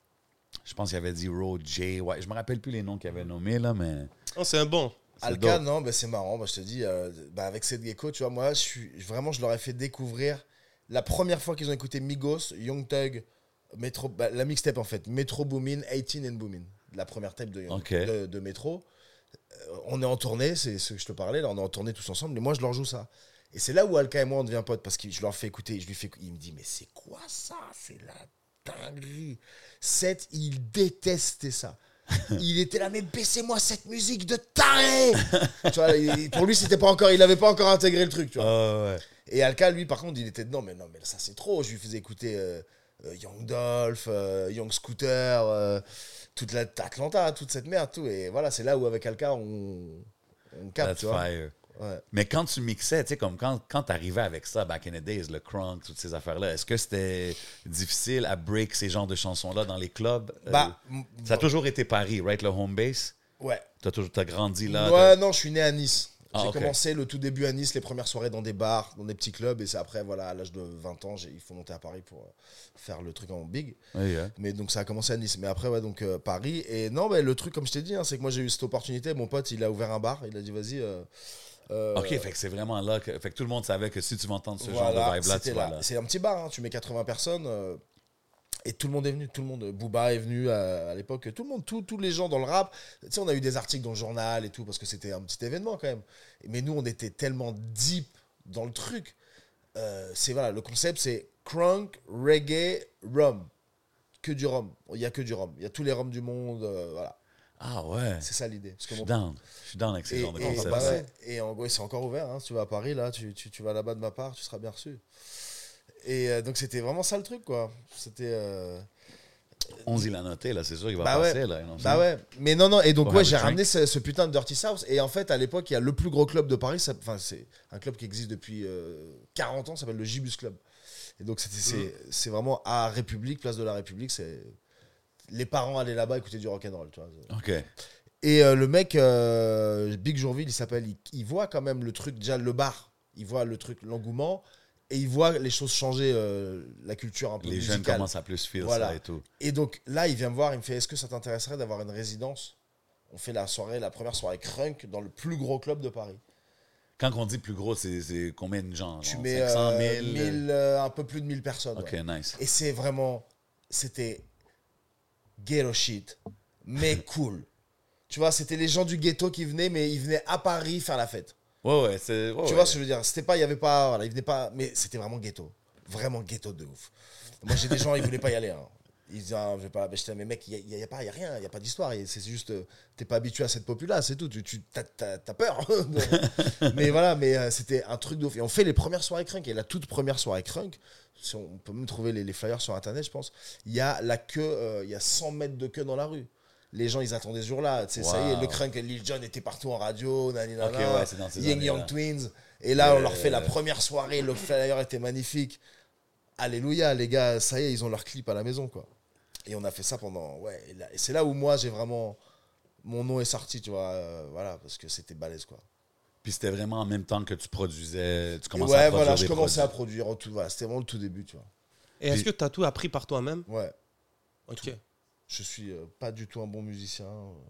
Je pense qu'il avait dit Road J. Ouais, je me rappelle plus les noms qu'il avait nommés, là, mais. Oh, c'est un bon. c'est Alka, dope. non, bah, c'est marrant. Bah, je te dis, euh, bah, avec Seth Gecko, tu vois, moi, je suis, vraiment, je leur ai fait découvrir la première fois qu'ils ont écouté Migos, Young Thug, Metro, bah, la mixtape en fait, Metro Boomin, eighteen and Boomin, la première tape de, Ok. de, de Metro. Euh, on est en tournée, c'est ce que je te parlais, là, on est en tournée tous ensemble, et moi, je leur joue ça. Et c'est là où Alka et moi, on devient potes, parce que je leur fais écouter, je lui fais, il me dit, mais c'est quoi ça? C'est la dinguerie. Seth, il détestait ça. Il était là, mais baissez-moi cette musique de taré. Tu vois, il- pour lui, c'était pas encore, il avait pas encore intégré le truc, tu vois. Ah ouais. Et Alka, lui, par contre, il était dedans, mais non, mais ça, c'est trop. Je lui faisais écouter euh, euh, Young Dolph, euh, Young Scooter, euh, toute la Atlanta, toute cette merde, tout. Et voilà, c'est là où, avec Alka, on, on capte, That's tu vois. fire. Ouais. Mais quand tu mixais, tu sais, comme quand, quand tu arrivais avec ça, back in the days, le crunk, toutes ces affaires-là, est-ce que c'était difficile à break ces genres de chansons-là dans les clubs? Euh, Bah, m- ça a toujours été Paris, right, le home base? ouais. T'as toujours t'as grandi là? Ouais, t'as- non, je suis né à Nice. Ah, J'ai ok. commencé le tout début à Nice, les premières soirées dans des bars, dans des petits clubs. Et c'est après, voilà, à l'âge de vingt ans, j'ai- il faut monter à Paris pour euh, faire le truc en big. Oui, yeah. Mais donc ça a commencé à Nice. Mais après, ouais, donc euh, Paris. Et non, mais le truc, comme je t'ai dit, hein, c'est que moi j'ai eu cette opportunité. Mon pote, il a ouvert un bar. Il a dit, vas-y. euh, euh, OK, fait que c'est vraiment là que, fait que tout le monde savait que si tu veux entendre ce voilà, genre de vibe-là, tu c'était vas là. là. C'est un petit bar, hein, tu mets quatre-vingts personnes. euh, et tout le monde est venu, tout le monde. Booba est venu à, à l'époque, tout le monde, tout- tous les gens dans le rap. Tu sais, on a eu des articles dans le journal et tout, parce que c'était un petit événement quand même. Mais nous, on était tellement deep dans le truc. Euh, c'est voilà, le concept, c'est crunk, reggae, rum. Que du rhum. Il n'y a que du rhum. Il y a tous les rhums du monde. euh, voilà. Ah ouais. C'est ça l'idée. Parce Je que suis mon- down. Je suis down avec ces Et, genres de et- concepts. bah ouais, et en gros, c'est encore ouvert. hein. Si tu vas à Paris, là, tu, tu, tu vas là-bas de ma part, tu seras bien reçu. Et euh, donc, c'était vraiment ça le truc, quoi. C'était. euh, On y l'a noté, là, c'est sûr qu'il va Bah ouais. passer. Là, non, Bah ouais. Mais non, non. Et donc, Pour ouais, have a j'ai drink. ramené ce, ce putain de Dirty South. Et en fait, à l'époque, il y a le plus gros club de Paris. ça- Enfin, c'est un club qui existe depuis euh, quarante ans. Ça s'appelle le Gibus Club. Et donc, c'était, c'est, c'est vraiment à République, place de la République. C'est... Les parents allaient là-bas écouter du rock'n'roll, tu vois. OK. Et euh, le mec, euh, Big Jourville, il s'appelle, il, il voit quand même le truc, déjà le bar, il voit le truc, l'engouement, et il voit les choses changer, euh, la culture un peu Les musicale. jeunes commencent à plus feel Voilà. ça et tout. Et donc là, il vient me voir, il me fait, est-ce que ça t'intéresserait d'avoir une résidence? On fait la soirée, la première soirée crunk dans le plus gros club de Paris. Quand on dit plus gros, c'est, c'est combien de gens? Tu genre mets cinq cents, euh, mille? mille, euh, un peu plus de mille personnes. OK, ouais. nice. Et c'est vraiment, c'était ghetto shit, mais cool. Tu vois, c'était les gens du ghetto qui venaient, mais ils venaient à Paris faire la fête. Ouais, ouais, c'est. Ouais, tu ouais. vois ce que je veux dire? C'était pas, il y avait pas, voilà, ils venaient pas, mais c'était vraiment ghetto. Vraiment ghetto de ouf. Moi, j'ai des gens, ils voulaient pas y aller. Hein. Ils disaient, ah, je vais pas, mais j'étais, mais mec, il y, y, y a pas, y a rien, il y a pas d'histoire. C'est juste, euh, t'es pas habitué à cette populace, c'est tout. Tu, tu t'as, t'as, t'as peur. Mais voilà, mais euh, c'était un truc de ouf. Et on fait les premières soirées crunk. Et la toute première soirée crunk, si on, on peut même trouver les, les flyers sur internet, je pense. Il y a la queue, euh, il y a cent mètres de queue dans la rue. Les gens, ils attendaient ce jour-là. Wow. Ça y est, le crunk, Lil Jon était partout en radio, naninana, okay, ouais, c'est dans ces Ying Yang Twins. Et là, yeah, on leur fait yeah, la première soirée. Le flyer était magnifique. Alléluia, les gars, ça y est, ils ont leur clip à la maison, quoi. Et on a fait ça pendant... Ouais, et, là, et c'est là où moi, j'ai vraiment... Mon nom est sorti, tu vois, euh, voilà, parce que c'était balèze, quoi. Puis c'était vraiment en même temps que tu produisais, tu commençais ouais, à produire voilà, je des commençais produits. à produire, tout, voilà, c'était vraiment le tout début, tu vois. Et est-ce que tu as tout appris par toi-même? Ouais. Ok. Tout. Je suis euh, pas du tout un bon musicien.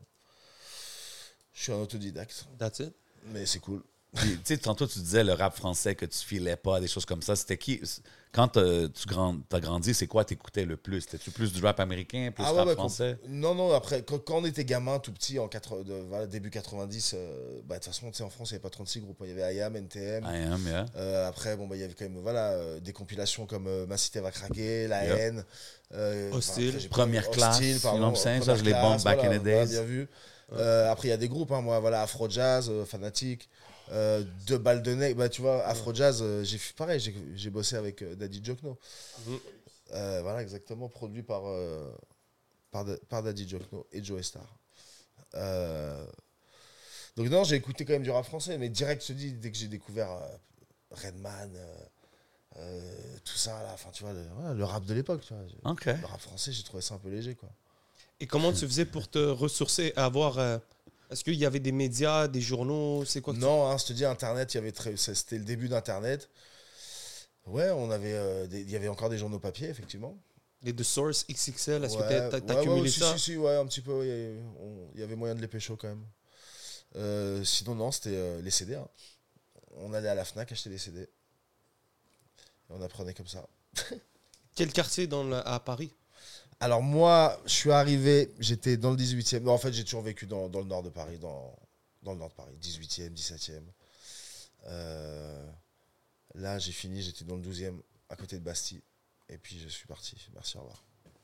Je suis un autodidacte. That's it. Mais c'est cool. Puis, tu sais, tantôt, tu disais le rap français que tu filais pas, des choses comme ça. C'était qui? Quand euh, tu grand, as grandi, c'est quoi t'écoutais le plus? C'était-tu plus du rap américain, plus ah ouais, rap ouais, français? Quand, non, non, après, quand, quand on était gamin, tout petit, en quatre, de, voilà, début quatre-vingt-dix, euh, bah, de toute façon, tu sais, en France, il n'y avait pas trente-six groupes. Il y avait I A M, N T M. I am, yeah. Euh, après, bon, bah, il y avait quand même voilà, euh, des compilations comme euh, Ma Cité va craquer, La Yep. Haine. Euh, Hostile. Enfin, après, Première classe, Hostile, pardon, you know what I'm saying? Première Ça, je les classe, bombe back voilà, in the voilà, days. bien vu. Euh, après, il y a des groupes, hein, moi, voilà, Afro Jazz, euh, Fanatic. Euh, deux balles de nez, bah tu vois, Afro Jazz, euh, j'ai fait pareil, j'ai, j'ai bossé avec euh, Daddy Jokno. Mm. Euh, voilà, exactement, produit par, euh, par, par Daddy Jokno et Joe Star. Euh, donc, non, j'ai écouté quand même du rap français, mais direct, je te dis, dès que j'ai découvert euh, Redman, euh, euh, tout ça, là, enfin, tu vois, le, voilà, le rap de l'époque, tu vois. Okay. Le rap français, j'ai trouvé ça un peu léger, quoi. Et comment tu faisais pour te ressourcer, avoir. Euh, est-ce qu'il y avait des médias, des journaux? C'est quoi que Non, hein, je te dis, Internet, il y avait très, c'était le début d'Internet. Ouais, on avait, euh, des, il y avait encore des journaux papier, effectivement. Les The Source X X L, est-ce ouais, que t'as, t'as ouais, accumulé ouais, si, ça? Si, si, ouais, un petit peu. Il ouais, y, y avait moyen de les pécho quand même. Euh, sinon, non, c'était euh, les C D. Hein. On allait à la Fnac acheter des C D. Et on apprenait comme ça. Quel quartier dans le, à Paris? Alors moi, je suis arrivé, j'étais dans le dix-huitième. Non, en fait, j'ai toujours vécu dans, dans le nord de Paris, dans, dans le nord de Paris, dix-huitième, dix-septième. Euh, là, j'ai fini, j'étais dans le douzième, à côté de Bastille. Et puis, je suis parti. Merci, au revoir.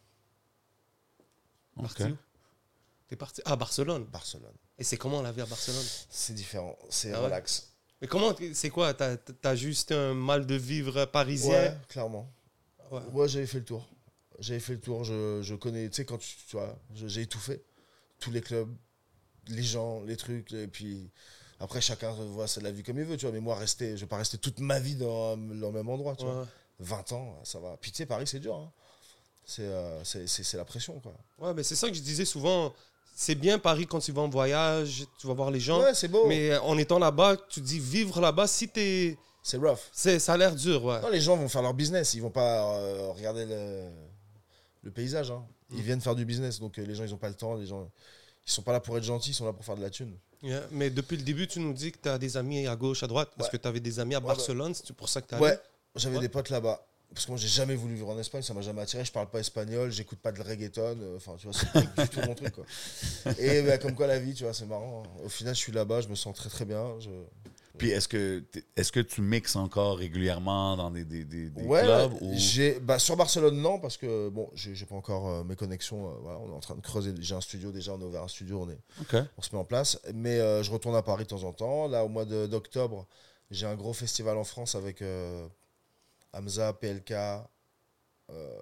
Parti où? T'es parti à Barcelone. Barcelone. Et c'est comment la vie à Barcelone? C'est différent, c'est ah relax. Ouais. Mais comment, c'est quoi? T'as, t'as juste un mal de vivre parisien? Ouais, clairement. Ouais, ouais j'avais fait le tour. J'avais fait le tour, je, je connais, tu sais, quand tu, tu vois, je, j'ai étouffé tous les clubs, les gens, les trucs, et puis après, chacun voit la vie comme il veut, tu vois, mais moi, rester, je ne vais pas rester toute ma vie dans, dans le même endroit, tu ouais. vois. vingt ans, ça va. Puis tu sais, Paris, c'est dur, hein. c'est, euh, c'est, c'est, c'est la pression, quoi. Ouais, mais c'est ça que je disais souvent, c'est bien Paris quand tu vas en voyage, tu vas voir les gens, ouais, c'est beau. Mais en étant là-bas, tu te dis, vivre là-bas, si t'es... C'est rough. C'est, ça a l'air dur, ouais. Non, les gens vont faire leur business, ils vont pas euh, regarder le... le paysage, hein. Ils mmh. viennent faire du business, donc euh, les gens ils ont pas le temps, les gens ils sont pas là pour être gentils, ils sont là pour faire de la thune. Yeah. Mais depuis le début, tu nous dis que tu as des amis à gauche, à droite. Ouais. Est-ce que tu avais des amis à ouais, Barcelone? Bah... C'est pour ça que tu as Ouais, allé? j'avais ouais. des potes là-bas. Parce que moi j'ai jamais voulu vivre en Espagne, ça m'a jamais attiré, je parle pas espagnol, j'écoute pas de reggaeton, enfin euh, tu vois, c'est pas du tout mon truc, quoi. Et bah, comme quoi la vie, tu vois, c'est marrant. Hein. Au final, je suis là-bas, je me sens très très bien. Je... Puis est-ce que, est-ce que tu mixes encore régulièrement dans des, des, des, des ouais, clubs? Ouais, ou... j'ai, bah, sur Barcelone, non, parce que bon, j'ai, j'ai pas encore euh, mes connexions. Euh, voilà, on est en train de creuser. J'ai un studio déjà, on a ouvert un studio, on, est, okay. on se met en place. Mais euh, je retourne à Paris de temps en temps. Là, au mois de, d'octobre, j'ai un gros festival en France avec euh, Hamza, P L K, euh,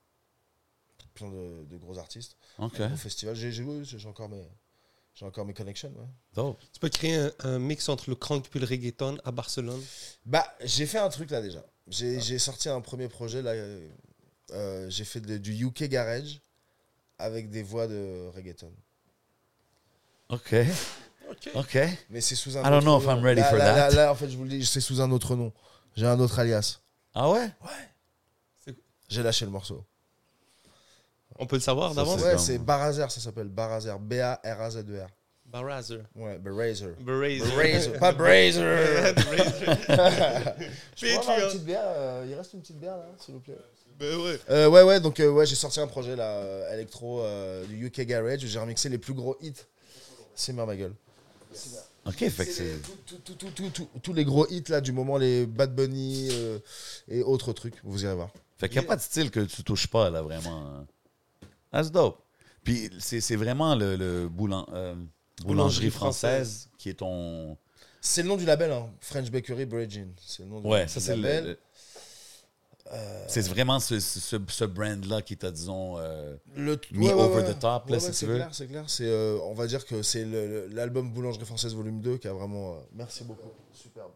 plein de, de gros artistes. Okay. Un gros festival. J'ai, j'ai, j'ai encore mes. J'ai encore mes connections. Ouais. Dope. Tu peux créer un, un mix entre le crunk et le reggaeton à Barcelone? Bah, j'ai fait un truc là déjà. J'ai, ah. j'ai sorti un premier projet là. Euh, j'ai fait de, du U K Garage avec des voix de reggaeton. Ok. Ok. Ok. Mais c'est sous un. I don't know if I'm ready là, for là, that. Là, là, en fait, je vous le dis, c'est sous un autre nom. J'ai un autre alias. Ah ouais? Ouais. C'est... J'ai lâché le morceau. On peut le savoir ça, d'avance? C'est ouais, comme... c'est Barazer, ça s'appelle Barazer. B A R A Z E R. Barazer. Ouais, Barazer. Barazer. Barazer. Pas Brazer. Je peux avoir une petite bière, euh, il reste une petite bière là, s'il vous plaît. Ben ouais. Euh, ouais, ouais, donc euh, ouais, j'ai sorti un projet là, euh, électro euh, du U K Garage où j'ai remixé les plus gros hits Simmer ma gueule. OK, fait que C'est c'est... les- tout- tout- tout- tout- tout- tout- tous les gros hits là du moment, les Bad Bunny euh, et autres trucs, vous irez voir. Fait qu'il n'y a pas de style que tu touches pas, là, vraiment. That's dope. Puis c'est c'est vraiment le, le boulan- euh, boulangerie Boulangerie française qui est ton... C'est le nom du label, hein. French Bakery Bridging. C'est le nom du, Ouais, du ça, c'est le... label. le- C'est vraiment ce, ce, ce brand-là qui t'a, disons, euh, Le mis over the top, là, Ouais, si ouais, tu c'est veux. clair, c'est clair. C'est, euh, on va dire que c'est le- le- l'album Boulangerie Française Volume deux qui a vraiment... euh, merci beaucoup. Superbe.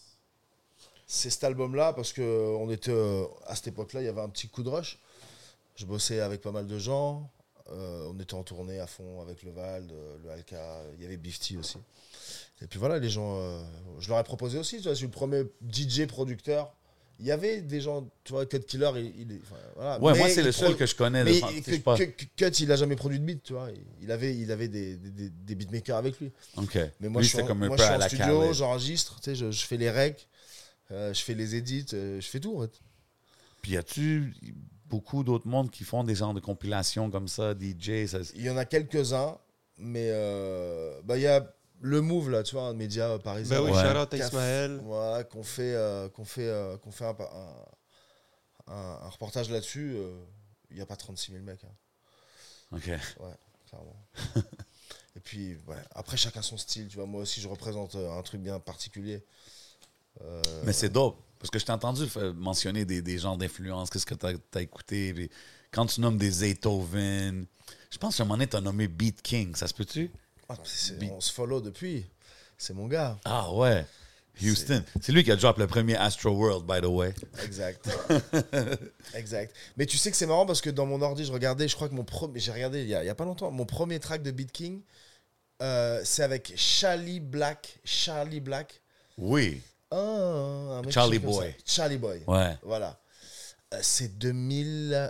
C'est cet album-là parce que euh, on était... euh, à cette époque-là, il y avait un petit coup de rush. Je bossais avec pas mal de gens. Euh, on était en tournée à fond avec le Vald, euh, le Alka. Il y avait Bifty aussi. Et puis voilà, les gens... euh, je leur ai proposé aussi. Tu vois, je suis le premier D J producteur. Il y avait des gens... Tu vois, Cut Killer, il... il- enfin, voilà. Ouais, Mais moi, c'est il le seul pro- que je connais. mais de il- tu sais pas. que- que- Cut, il a jamais produit de beat, tu vois. Il avait, il avait des, des, des- des beatmakers avec lui. OK. Mais moi, Lui, je suis c'est en, comme un moi, peu je suis à en la studio, Khaled. j'enregistre, tu sais, je, je fais les recs, euh, je fais les edits, euh, je fais tout. En fait. Puis y a-tu beaucoup d'autres mondes qui font des genres de compilations comme ça, D J? Ça... Il y en a quelques-uns, mais euh, bah, il y a le Move, là, tu vois, un média parisien. Ben oui, Ouais. shout out à qui a- Ismaël. Ouais, qu'on fait, euh, qu'on fait, euh, qu'on fait un, un, un- un reportage là-dessus. euh, Il n'y a pas trente-six mille mecs. Hein. OK. Ouais, clairement. Et puis, ouais, après, chacun son style. Tu vois, moi aussi, je représente euh, un truc bien particulier. Euh, Mais c'est dope. Parce que je t'ai entendu fa- mentionner des, des genres d'influence. Qu'est-ce que t'as as écouté? Puis quand tu nommes des Zaytoven, je pense qu'à un moment donné, t'as nommé Beat King. Ça se peut-tu? ah, c'est- Beat- on se follow depuis. C'est mon gars. Ah ouais. Houston. C'est lui qui a drop le premier Astro World, by the way. Exact. Exact. Mais tu sais que c'est marrant parce que dans mon ordi, je regardais, je crois que mon premier. J'ai regardé il y, a, il y a pas longtemps, mon premier track de Beat King, euh, c'est avec Charlie Black. Charlie Black. Oui. Ah, un mec Charlie qui chante comme Boy. ça. Charlie Boy. Ouais. Voilà. Euh, c'est deux mille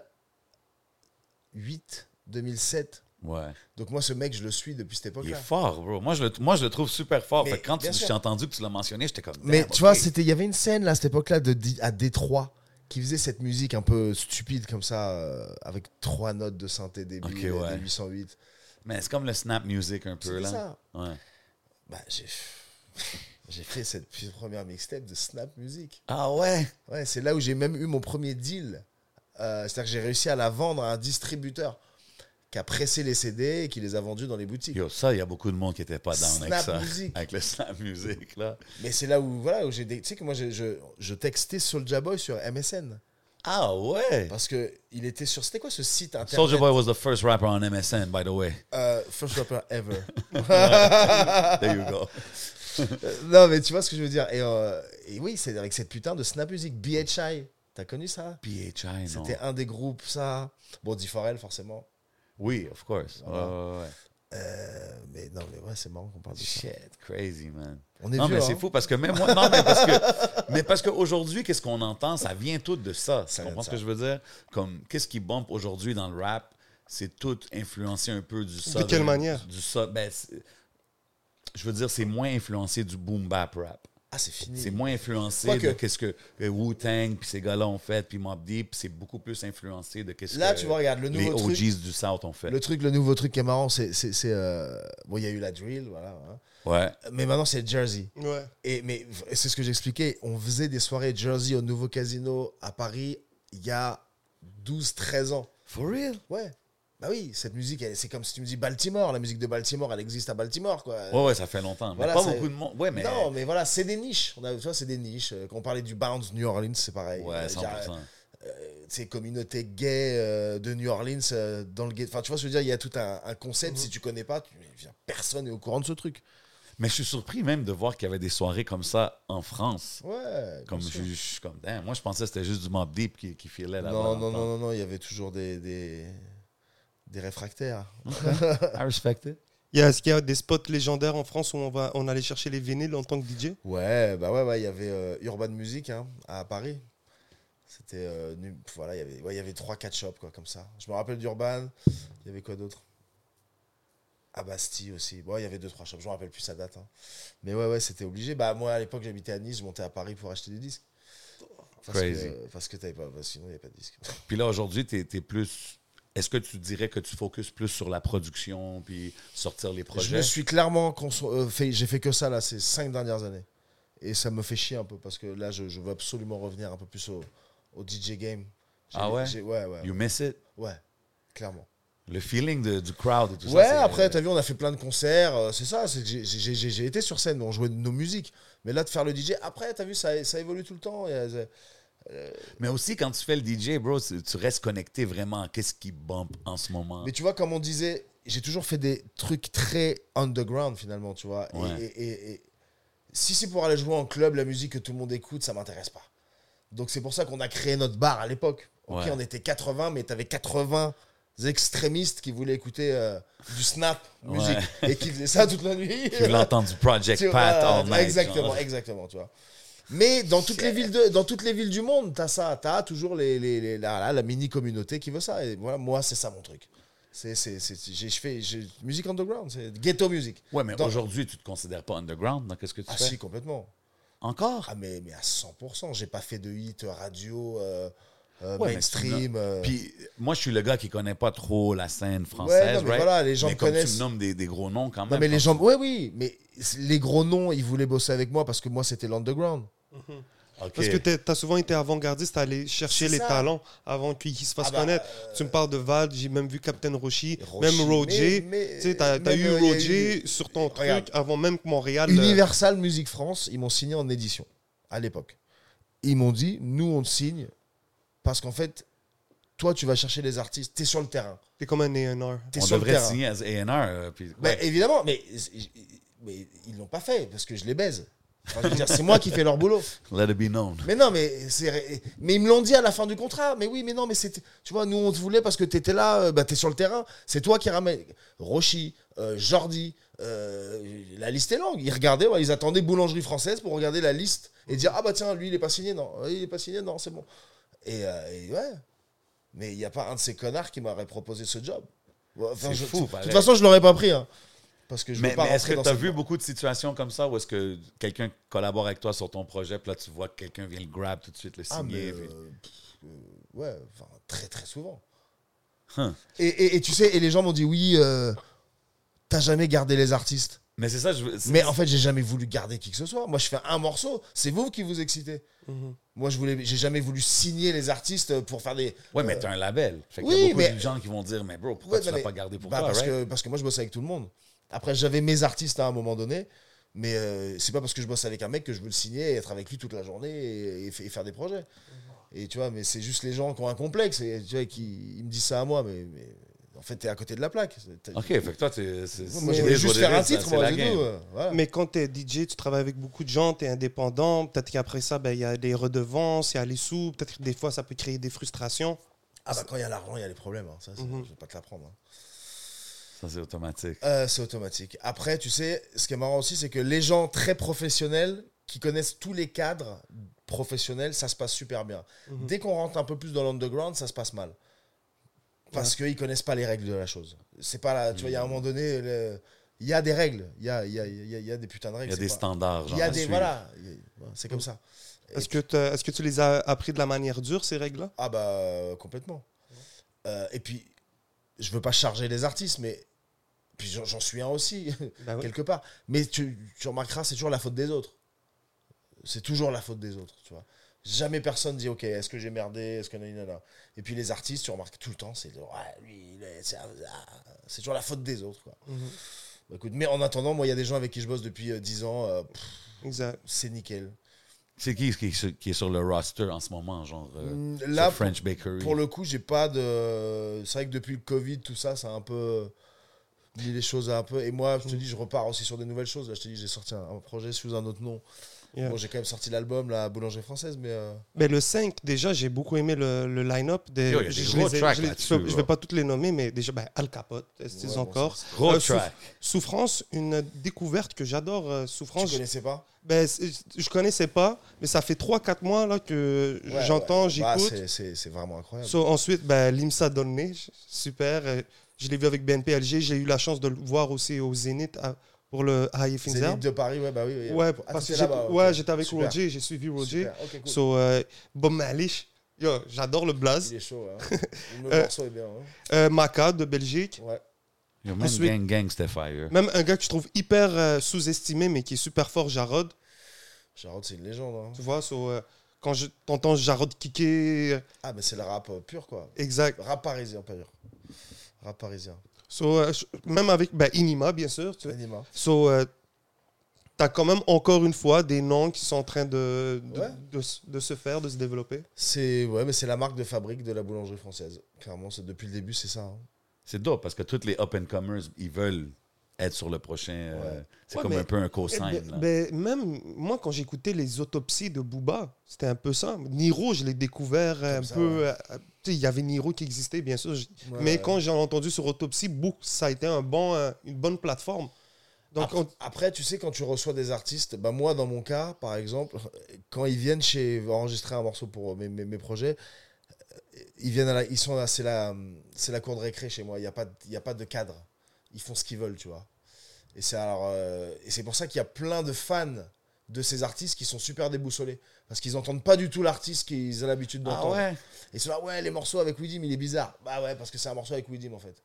huit, deux mille sept. Ouais. Donc moi, ce mec, je le suis depuis cette Il est époque-là. fort, bro. Moi, je le, moi, je le trouve super fort. Mais, Fait que quand tu- bien j'ai sûr. entendu que tu l'as mentionné, j'étais comme. Mais damn, tu ok. vois, c'était, il y avait une scène là, à cette époque-là de, Di- à Détroit qui faisait cette musique un peu stupide comme ça, euh, avec trois notes de synthé débile, Ok, et ouais. des huit cent huit. Mais c'est comme le snap music un peu, C'était là. ça. Ouais. Bah, j'ai, j'ai fait cette première mixtape de Snap Music. Ah ouais? Ouais, c'est là où j'ai même eu mon premier deal. Euh, c'est-à-dire que j'ai réussi à la vendre à un distributeur qui a pressé les C D et qui les a vendus dans les boutiques. Yo, ça, il y a beaucoup de monde qui n'était pas down avec Snap ça. Music. Avec le snap music, là. Mais c'est là où, voilà, où j'ai des... Tu sais que moi, je, je, je textais Soulja Boy sur M S N. Ah ouais? Parce que il était sur... C'était quoi ce site internet? Soulja Boy was the first rapper on M S N, by the way. Euh, first rapper ever. There you go. Non, mais tu vois ce que je veux dire. Et, euh, et oui, c'est avec cette putain de Snap Music. B H I. T'as connu ça? P H I, non? C'était un des groupes, ça. Bon, D quatre L, forcément. Oui, of course. Voilà. Ouais, ouais, ouais. Euh, mais non, mais ouais, c'est marrant qu'on parle de ça. Shit, crazy, man. On est Non, vieux, mais hein. c'est fou parce que même moi. Non, mais parce que. Mais parce qu'aujourd'hui, qu'est-ce qu'on entend? Ça vient tout de ça. Ça Tu vient comprends de ce que ça. je veux dire? Comme, qu'est-ce qui bump aujourd'hui dans le rap? C'est tout influencé un peu du ça. De quelle manière? Du ça. Ben, c'est- je veux dire, c'est moins influencé du boom bap rap. Ah, c'est fini. C'est moins influencé Quoique. de qu'est-ce que euh, Wu-Tang puis ces gars-là ont fait, puis Mobb Deep, puis c'est beaucoup plus influencé de qu'est-ce Là, que tu vois, regarde, le les nouveau O Gs truc. du South ont fait. Le truc, le nouveau truc qui est marrant, c'est. c'est, c'est, euh, Bon, il y a eu la drill, voilà. hein. Ouais. Mais maintenant, c'est Jersey. Ouais. Et, mais c'est ce que j'expliquais. On faisait des soirées Jersey au nouveau casino à Paris il y a douze treize ans. For real? Ouais. Bah oui, cette musique, elle- c'est comme si tu me dis Baltimore. La musique de Baltimore, elle existe à Baltimore, quoi. Ouais, ouais, ça fait longtemps. Mais Voilà, pas ça- beaucoup de monde. Ouais, mais. Non, mais voilà, c'est des niches. On a, tu vois, c'est des niches. Euh, Quand on parlait du Bounce New Orleans, c'est pareil. Ouais, Euh, cent il y a, pour cent. euh, ces communautés gays euh, de New Orleans euh, dans le gay. Enfin, tu vois, ce que je veux dire, il y a tout un, un concept. Si tu connais pas, tu, personne n'est au courant de ce truc. Mais je suis surpris même de voir qu'il y avait des soirées comme ça en France. Ouais. Comme bien je, sûr. je suis comme, damn, moi je pensais que c'était juste du Mobb Deep qui, qui filait là-bas. Non, dans non, le non, temps. non, non, il y avait toujours des, des, des réfractaires. I respect it. Il y a, est-ce qu'il y a des spots légendaires en France où on, va, on allait chercher les vinyles en tant que D J? Ouais, bah ouais, ouais, il y avait euh, Urban Music hein, à Paris. C'était. euh, nu- voilà, il y avait, ouais, il y avait trois quatre shops, quoi, comme ça. Je me rappelle d'Urban. Il y avait quoi d'autre? À Bastille aussi. Bon, il y avait deux trois shops. Je me rappelle plus sa date. hein. Mais ouais, ouais, c'était obligé. Bah, moi, à l'époque, j'habitais à Nice. Je montais à Paris pour acheter des disques. Parce Crazy. Que, parce que t'avais pas. Parce que sinon, il n'y avait pas de disques. Puis là, aujourd'hui, t'es es plus est-ce que tu dirais que tu focuses plus sur la production puis sortir les projets? Je me suis clairement conso- euh, fait, j'ai fait que ça là ces cinq dernières années. Et ça me fait chier un peu parce que là, je, je veux absolument revenir un peu plus au, au D J game. J'ai- Ah ouais? j'ai- Ouais, ouais. You Ouais, miss it? ouais, clairement. Le feeling de- du crowd et tout Ouais, ça. c'est- après, t'as vu, on a fait plein de concerts. euh, c'est ça, c'est que j'ai- j'ai j'ai- j'ai été sur scène, on jouait de nos musiques. Mais là, de faire le D J, après, t'as vu, ça, ça évolue tout le temps. Il y a- c'est- Mais aussi, quand tu fais le D J, bro, tu tu restes connecté vraiment à qu'est-ce qui bump en ce moment. Mais tu vois, comme on disait, j'ai toujours fait des trucs très underground finalement, tu vois. Et- Ouais. Et, et- et si c'est pour aller jouer en club, la musique que tout le monde écoute, ça m'intéresse pas. Donc c'est pour ça qu'on a créé notre bar à l'époque. Ok, Ouais. on était quatre-vingts, mais t'avais quatre-vingts extrémistes qui voulaient écouter euh, du snap musique et qui faisaient ça toute la nuit. Tu l'as entendu Project Tu- Pat voilà, all night. exactement, genre. exactement, tu vois. Mais dans toutes les villes de, dans toutes les villes du monde, t'as ça, t'as toujours les, les, les- la, la, la mini communauté qui veut ça. Et voilà, moi, c'est ça mon truc. C'est, c'est, c'est, j'ai, je fais j'ai, musique underground, c'est ghetto music. Ouais, mais Dans- aujourd'hui, tu te considères pas underground dans qu'est-ce que tu Ah fais? si, complètement. Encore? Ah mais, mais à cent pour cent, j'ai pas fait de hit radio euh, euh, Ouais, mais mainstream. euh. Puis moi, je suis le gars qui connaît pas trop la scène Ouais, française, non, mais right? voilà, les gens mais me comme connaissent. tu me nommes des, des gros noms quand même. Non mais les quand gens, ouais oui, mais les gros noms, ils voulaient bosser avec moi parce que moi c'était l'underground. tu- Ok. Parce que tu as souvent été avant-gardiste à aller chercher C'est les ça. talents avant qu'ils se fassent Ah bah, connaître. euh, Tu me parles de Val, j'ai même vu Captain Roshi, Roshi, même Roger. mais- mais- Tu sais, t'as, t'as même, eu euh, il y a Roger eu- sur ton Regarde. truc avant même que Montréal. euh, Universal Music France, ils m'ont signé en édition à l'époque. Ils m'ont dit, nous on te signe parce qu'en fait, toi tu vas chercher les artistes, t'es sur le terrain. T'es comme un A and R. T'es On sur le devrait terrain. signer as A and R. euh, puis- Ben, ouais. évidemment, mais, mais ils l'ont pas fait parce que je les baise. Enfin, je veux dire, c'est moi qui fais leur boulot. Let it be known. Mais non, mais, c'est, mais ils me l'ont dit à la fin du contrat. Mais oui, mais non, mais c'était. Tu vois, nous, on te voulait parce que tu étais là, euh, bah, tu es sur le terrain. C'est toi qui ramène. Rochi, euh, Jordi, euh, la liste est longue. Ils regardaient, ouais, ils attendaient Boulangerie Française pour regarder la liste et dire ah bah tiens, lui, il est pas signé. Non, il est pas signé, non, c'est bon. Et, euh, et ouais. Mais il n'y a pas un de ces connards qui m'aurait proposé ce job. Enfin, C'est je- fou, de pareil. toute façon, je l'aurais pas pris. Hein, parce que je veux Mais, pas mais est-ce rentrer que dans tu as cette- vu beaucoup de situations comme ça où est-ce que quelqu'un collabore avec toi sur ton projet, puis là, tu vois que quelqu'un vient le grab tout de suite, le Ah, mais, signer. euh, puis- pff, euh, ouais, enfin, très très souvent. Huh. Et, et- et tu sais, et les gens m'ont dit oui, euh, t'as jamais gardé les artistes. Mais c'est ça, je veux. c'est- Mais en fait, j'ai jamais voulu garder qui que ce soit. Moi, je fais un morceau, c'est vous qui vous excitez. Mhm. Moi, je voulais, j'ai jamais voulu signer les artistes pour faire des. Ouais, mais euh, t'as un label. Fait qu'il oui, y a beaucoup mais- de gens qui vont dire, mais bro, pourquoi ouais, tu non, l'as mais- pas gardé pour bah, toi, parce right? que parce que moi, je bosse avec tout le monde. Après, j'avais mes artistes à un moment donné, mais euh, c'est pas parce que je bosse avec un mec que je veux le signer et être avec lui toute la journée et, et f- et faire des projets. Et tu vois, mais c'est juste les gens qui ont un complexe et tu vois, qui ils me disent ça à moi, mais, mais en fait, t'es à côté de la plaque. T'as- Ok, fait que toi, tu c'est. Moi, c'est- je voulais c'est juste what it faire un is, titre, c'est moi, la c'est game. tout. euh, voilà. Mais quand tu es D J, tu travailles avec beaucoup de gens, tu es indépendant. Peut-être qu'après ça, ben, il y a des redevances, il y a les sous. Peut-être que des fois, ça peut créer des frustrations. Ah bah quand il y a l'argent, il y a les problèmes. hein. Ça, c'est- Mhm. je vais pas te l'apprendre. hein. Ça, c'est automatique. Euh, c'est automatique. Après, tu sais, ce qui est marrant aussi, c'est que les gens très professionnels qui connaissent tous les cadres professionnels, ça se passe super bien. Mhm. Dès qu'on rentre un peu plus dans l'underground, ça se passe mal. Parce qu'ils connaissent pas les règles de la chose. C'est pas là, tu vois, il y a un moment donné, le- il y a des règles. Il y a, il y, a, il y, a, il y a des putains de Il règles. y a c'est des pas- standards, genre. Il y a à des. suivre. Voilà. Il y a- C'est comme ça. Et Est-ce que, t'as- est-ce que tu les as appris de la manière dure, ces règles-là? Ah bah euh, complètement. Euh, et puis, je veux pas charger les artistes, mais puis j'en j'en suis un aussi, Ben oui. quelque part. Mais tu, tu remarqueras, c'est toujours la faute des autres. C'est toujours la faute des autres, tu vois. Jamais personne dit, ok, est-ce que j'ai merdé, est-ce que nanana. Et puis les artistes, tu remarques tout le temps, c'est ouais, lui, il est- c'est c'est toujours la faute des autres, quoi. Mhm. Bah, écoute, mais en attendant, moi, il y a des gens avec qui je bosse depuis euh, dix ans, euh, pff, Exact. c'est nickel. C'est qui qui, est sur- qui est sur le roster en ce moment, genre euh, Mm, sur Là, French Bakery? pour le coup, j'ai pas de. C'est vrai que depuis le Covid, tout ça, ça a un peu mis les choses à un peu. Et moi, je te dis, je repars aussi sur des nouvelles choses. Là, je te dis, j'ai sorti un, un projet sous un autre nom. Yeah. Bon, j'ai quand même sorti l'album, la Boulangerie Française, mais. euh, Ben, le cinq, déjà, j'ai beaucoup aimé le, le line-up. Des, Yo, il y a des je gros les ai- tracks je les- là-dessus, je vais- je bro. vais pas toutes les nommer, mais déjà, ben, Al Capote, est-ce ouais, bon, encore? c'est- Gros Euh, track. Souffrance, une découverte que j'adore. euh, Tu Souffrance, connaissais pas ben, c'est- je connaissais pas, mais ça fait trois quatre mois là, que Ouais, j'entends, ouais. Bah, j'écoute. c'est- c'est c'est vraiment incroyable. So, ensuite, ben, Limsa Donné, super. euh, Je l'ai vu avec B N P L G. J'ai eu la chance de le voir aussi au Zénith à- pour le High Zénith Finzer. de Paris, ouais, bah oui. oui. Ouais, Ah, parce que t'étais j'ai- là-bas, ok. ouais, j'étais avec Super. Roger, j'ai suivi Roger. Super, ok, cool. So, euh, Bob Malish, Yo, j'adore le blaze. Il est chaud, hein. Le Euh, morceau est bien. Hein. Euh, Maka de Belgique. Ouais. Yo, même Ensuite- Gang Gang, c'était fire. Même un gars que je trouve hyper euh, sous-estimé, mais qui est super fort, Jarod. Jarod, c'est une légende. Hein. Tu vois, so, euh, quand je t'entends Jarod kicker, Ah, mais c'est le rap euh, pur, quoi. exact. Rap parisien, pas dur. Rap parisien. So, euh, je- même avec ben, Inima, bien sûr. Tu vois. Anima. So, euh, t'as quand même encore une fois des noms qui sont en train de, de, Ouais. de s- de se faire, de se développer. C'est ouais, mais c'est la marque de fabrique de la boulangerie française. Clairement, c'est depuis le début, c'est ça. Hein. C'est dope parce que tous les up-and-comers, ils veulent être sur le prochain. euh, Ouais. c'est Ouais, comme mais- un peu un Eh cosign. ben, là. ben, même moi, quand j'écoutais les autopsies de Booba, c'était un peu ça. Niro, je l'ai découvert un ça, peu. ouais. euh, tu sais, il y avait Niro qui existait, bien sûr. j- Ouais, mais ouais. quand j'ai entendu sur Autopsie, Book, ça a été un bon, euh, une bonne plateforme. Donc, Après, on- après, tu sais, quand tu reçois des artistes, bah moi, dans mon cas, par exemple, quand ils viennent chez enregistrer un morceau pour mes, mes, mes projets, euh, ils viennent à la, ils sont là, c'est la, c'est la cour de récré chez moi. Il n'y a pas, de- il y a pas de cadre. Ils font ce qu'ils veulent, tu vois. Et c'est alors, euh, et c'est pour ça qu'il y a plein de fans de ces artistes qui sont super déboussolés parce qu'ils n'entendent pas du tout l'artiste qu'ils ont l'habitude Ah d'entendre. ouais? Et ils sont là, ouais, les morceaux avec Widim, il est bizarre. Bah ouais, parce que c'est un morceau avec Widim en fait.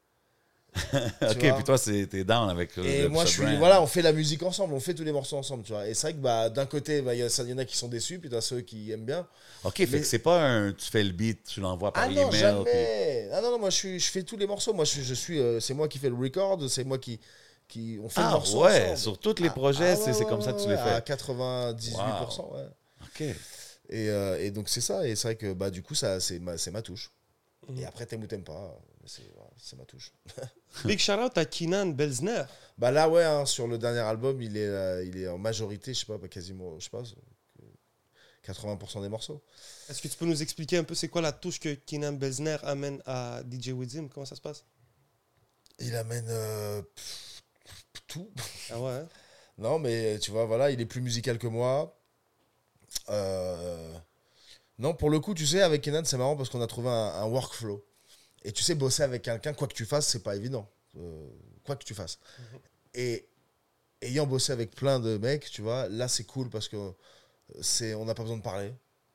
Ok, vois? puis toi, c'est- t'es down avec le Et le- moi, ce je suis. brand. Voilà, on fait la musique ensemble, on fait tous les morceaux ensemble, tu vois. Et c'est vrai que bah, d'un côté, bah, il y, a- il y en a qui sont déçus, puis t'as ceux qui aiment bien. Ok, fait Mais- que c'est pas un. Tu fais le beat, tu l'envoies par Ah non, email. puis- jamais Ah non, non, moi, je, suis, je fais tous les morceaux. Moi, je, je suis. euh, c'est moi qui fais le record, c'est moi qui. qui on fait le Ah morceau ouais, ensemble. sur tous les Ah, projets, ah c'est ouais, c'est ouais, comme ça que tu ouais, les À fais. quatre-vingt-dix-huit pour cent, ouais. Ok. Et, euh, et donc, c'est ça. Et c'est vrai que bah, du coup, ça, c'est ma, c'est ma touche. Et après, t'aimes ou t'aimes pas, c'est voilà, c'est ma touche. Big shout out à Keenan Belzner. Bah là, ouais, hein, sur le dernier album, il est, euh, il est en majorité, je sais pas, bah, quasiment, je sais pas, quatre-vingts pour cent des morceaux. Est-ce que tu peux nous expliquer un peu c'est quoi la touche que Keenan Belzner amène à D J Widzim? Comment ça se passe? Il amène euh, pff, tout. Ah ouais? hein? Non, mais tu vois, voilà, il est plus musical que moi. Euh, Non, pour le coup, tu sais, avec Kenan, c'est marrant parce qu'on a trouvé un, un workflow. Et tu sais, bosser avec quelqu'un, quoi que tu fasses, c'est pas évident. Euh, quoi que tu fasses. Et ayant bossé avec plein de mecs, tu vois, là, c'est cool parce que c'est, on n'a pas besoin de parler.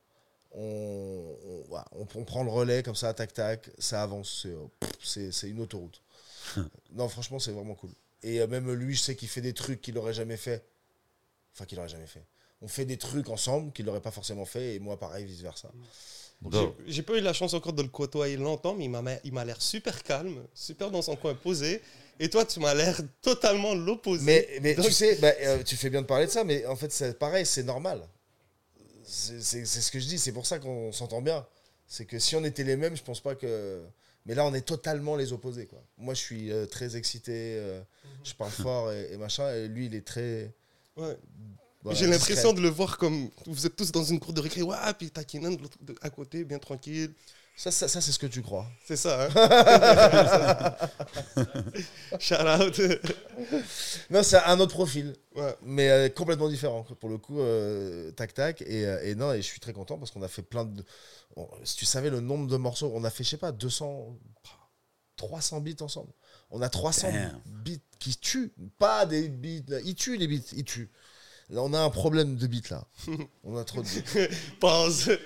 On, on, voilà, on, on prend le relais comme ça, tac, tac, ça avance. C'est, euh, pff, c'est, c'est une autoroute. Non, franchement, c'est vraiment cool. Et euh, même lui, je sais qu'il fait des trucs qu'il n'aurait jamais fait. Enfin, qu'il n'aurait jamais fait. On fait des trucs ensemble qu'il n'aurait pas forcément fait, et moi, pareil, vice-versa. J'ai- J'ai pas eu la chance encore de le côtoyer longtemps, mais il m'a il m'a l'air super calme, super dans son coin posé. Et toi, tu m'as l'air totalement l'opposé. Mais, mais Donc- tu sais, bah, euh, tu fais bien de parler de ça, mais en fait, c'est pareil, c'est normal. C'est c'est- c'est ce que je dis, c'est pour ça qu'on s'entend bien. C'est que si on était les mêmes, je pense pas que... Mais là, on est totalement les opposés, quoi. Moi, je suis euh, très excité, euh, je parle fort et, et machin, et lui, il est très... Ouais. voilà, J'ai l'impression discret. de le voir comme vous êtes tous dans une cour de récré. Ouais, puis t'as Keenan de l'autre- de- à côté, bien tranquille. Ça, ça, ça, c'est ce que tu crois. C'est ça, hein? Shout out. Non, c'est un autre profil, Ouais. mais euh, complètement différent. Pour le coup, euh, tac tac. Et, euh, et non, et je suis très content parce qu'on a fait plein de. on- si tu savais le nombre de morceaux, on a fait, je sais pas, deux cents, trois cents beats ensemble. On a trois cents Damn. beats qui tuent, pas des beats. Ils tuent les beats, ils tuent. Là, on a un problème de beats là. On a trop de beats. Pause.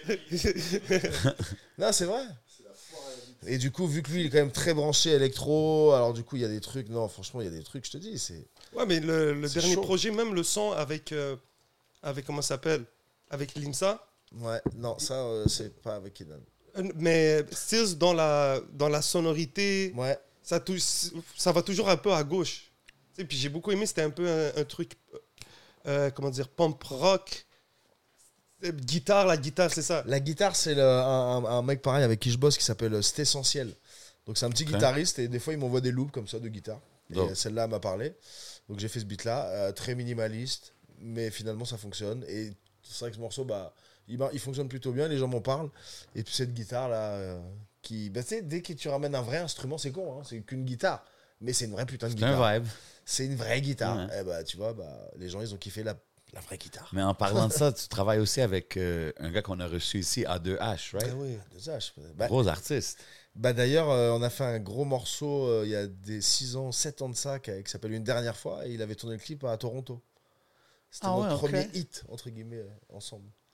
Non, c'est vrai. Et du coup, vu que lui, il est quand même très branché électro, alors du coup, il y a des trucs. Non, franchement, il y a des trucs, je te dis, c'est. Ouais, mais le, le C'est dernier chaud. projet, même le son avec. euh, avec comment ça s'appelle? Avec Limsa. Ouais, non, ça, euh, c'est pas avec Kenan. Euh, Mais Stills, dans la, dans la sonorité, Ouais. ça, touche, ça va toujours un peu à gauche. Tu sais, puis j'ai beaucoup aimé, c'était un peu un, un truc, euh, comment dire, pump rock. Euh, Guitare, la guitare, c'est ça. La guitare, c'est le- un, un- un mec pareil avec qui je bosse qui s'appelle euh, C'est Essentiel. Donc c'est un petit Ok. guitariste et des fois il m'envoie des loops comme ça de guitare. Et Dope. euh, celle-là elle m'a parlé. Donc j'ai fait ce beat là, euh, très minimaliste, mais finalement ça fonctionne. Et c'est vrai que ce morceau, bah, il, mar- il fonctionne plutôt bien, les gens m'en parlent. Et puis cette guitare là, euh, qui, bah, tu sais, dès que tu ramènes un vrai instrument, c'est con, hein, c'est qu'une guitare. Mais c'est une vraie putain de C'est guitare. un vibe. C'est une vraie guitare. Ouais. Et bah tu vois, bah, les gens ils ont kiffé la, la vraie guitare. Mais en parlant de ça, tu travailles aussi avec euh, un gars qu'on a reçu ici, A deux H, right? Ah oui. Deux H. Bah, Gros artiste. Bah d'ailleurs, euh, on a fait un gros morceau euh, il y a des six ans, sept ans de ça, qui, qui s'appelle Une dernière fois, et il avait tourné le clip à Toronto. C'était Ah notre ouais, ok. premier hit, entre guillemets, euh, ensemble.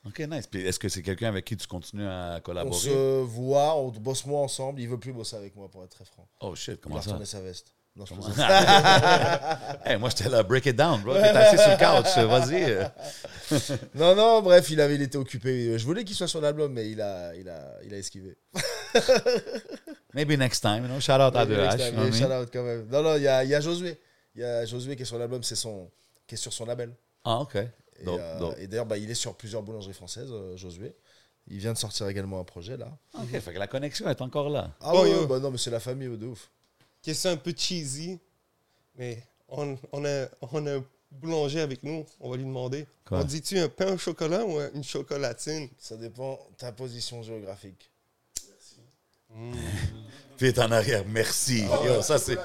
OK, nice. Puis est-ce que c'est quelqu'un avec qui tu continues à On collaborer? se voit, on bosse moins ensemble. Il veut plus bosser avec moi, pour être très franc. Oh shit, Il comment a ça? retourné sa veste. Non, je Comment- faisais Hey, moi, j'étais là, break it down, bro. T'es assis sur le couch, vas-y. Non, non, bref, il, avait, il était occupé. Je voulais qu'il soit sur l'album, mais il a, il a, il a esquivé. Maybe next time, you know? Shout out à deux H. you know what I mean? Shout out quand même. Non, non, il y a, il y a Josué. Il y a Josué qui est sur l'album, c'est son, qui est sur son label. Ah, OK. Et, Dope, euh, dope. et d'ailleurs, bah, il est sur plusieurs boulangeries françaises, euh, Josué. Il vient de sortir également un projet là. OK, fait que la connexion est encore là. Ah Oh, ouais, yo. ouais, bah non, mais c'est la famille de ouf. Question un peu cheesy, mais on, on, a, on a un boulanger avec nous, on va lui demander. Quoi? On dit-tu un pain au chocolat ou une chocolatine? Ça dépend de ta position géographique. Puis en arrière, merci. Yo, ça, c'est...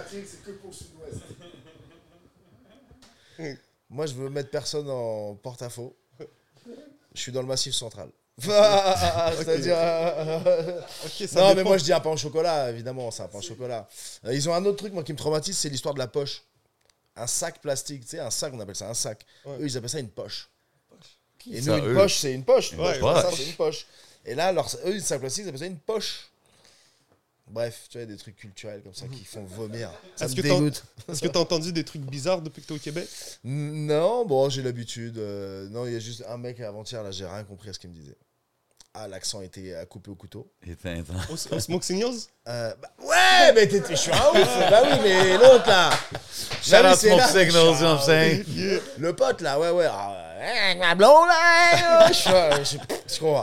Moi, je veux mettre personne en porte-à-faux. Je suis dans le massif central. C'est-à-dire. Ok, ça Non, mais dépend. moi, je dis un pain au chocolat, évidemment, c'est un pain au chocolat. Euh, ils ont un autre truc, moi, qui me traumatise, c'est l'histoire de la poche. Un sac plastique, tu sais, un sac, on appelle ça un sac. Ouais. Eux, ils appellent ça une poche. Et ça, nous, une eux? poche, c'est une poche. Une Ouais, poche, ouais. ça, c'est une poche. Et là, leur, eux, une sac plastique, ils appellent ça une poche. Bref, tu vois, des trucs culturels comme ça qui font vomir. Ça Est-ce me que t'en- dégoûte. Est-ce que t'as entendu des trucs bizarres depuis que t'es au Québec? Non, bon, j'ai l'habitude. Euh, non, il y a juste un mec avant-hier, là, j'ai rien compris à ce qu'il me disait. Ah, l'accent était à couper au couteau. Éteins, éteins. Au, au Smoke Signals? Euh, bah, ouais, mais t'es- je suis un ouf. Bah oui, mais l'autre là. Shout Bah oui, out c'est Smoke là. Signals, you know what I'm saying? Le pote là, ouais, ouais. Ah, ouais, ma blonde là. Je suis. euh, Je je comprends.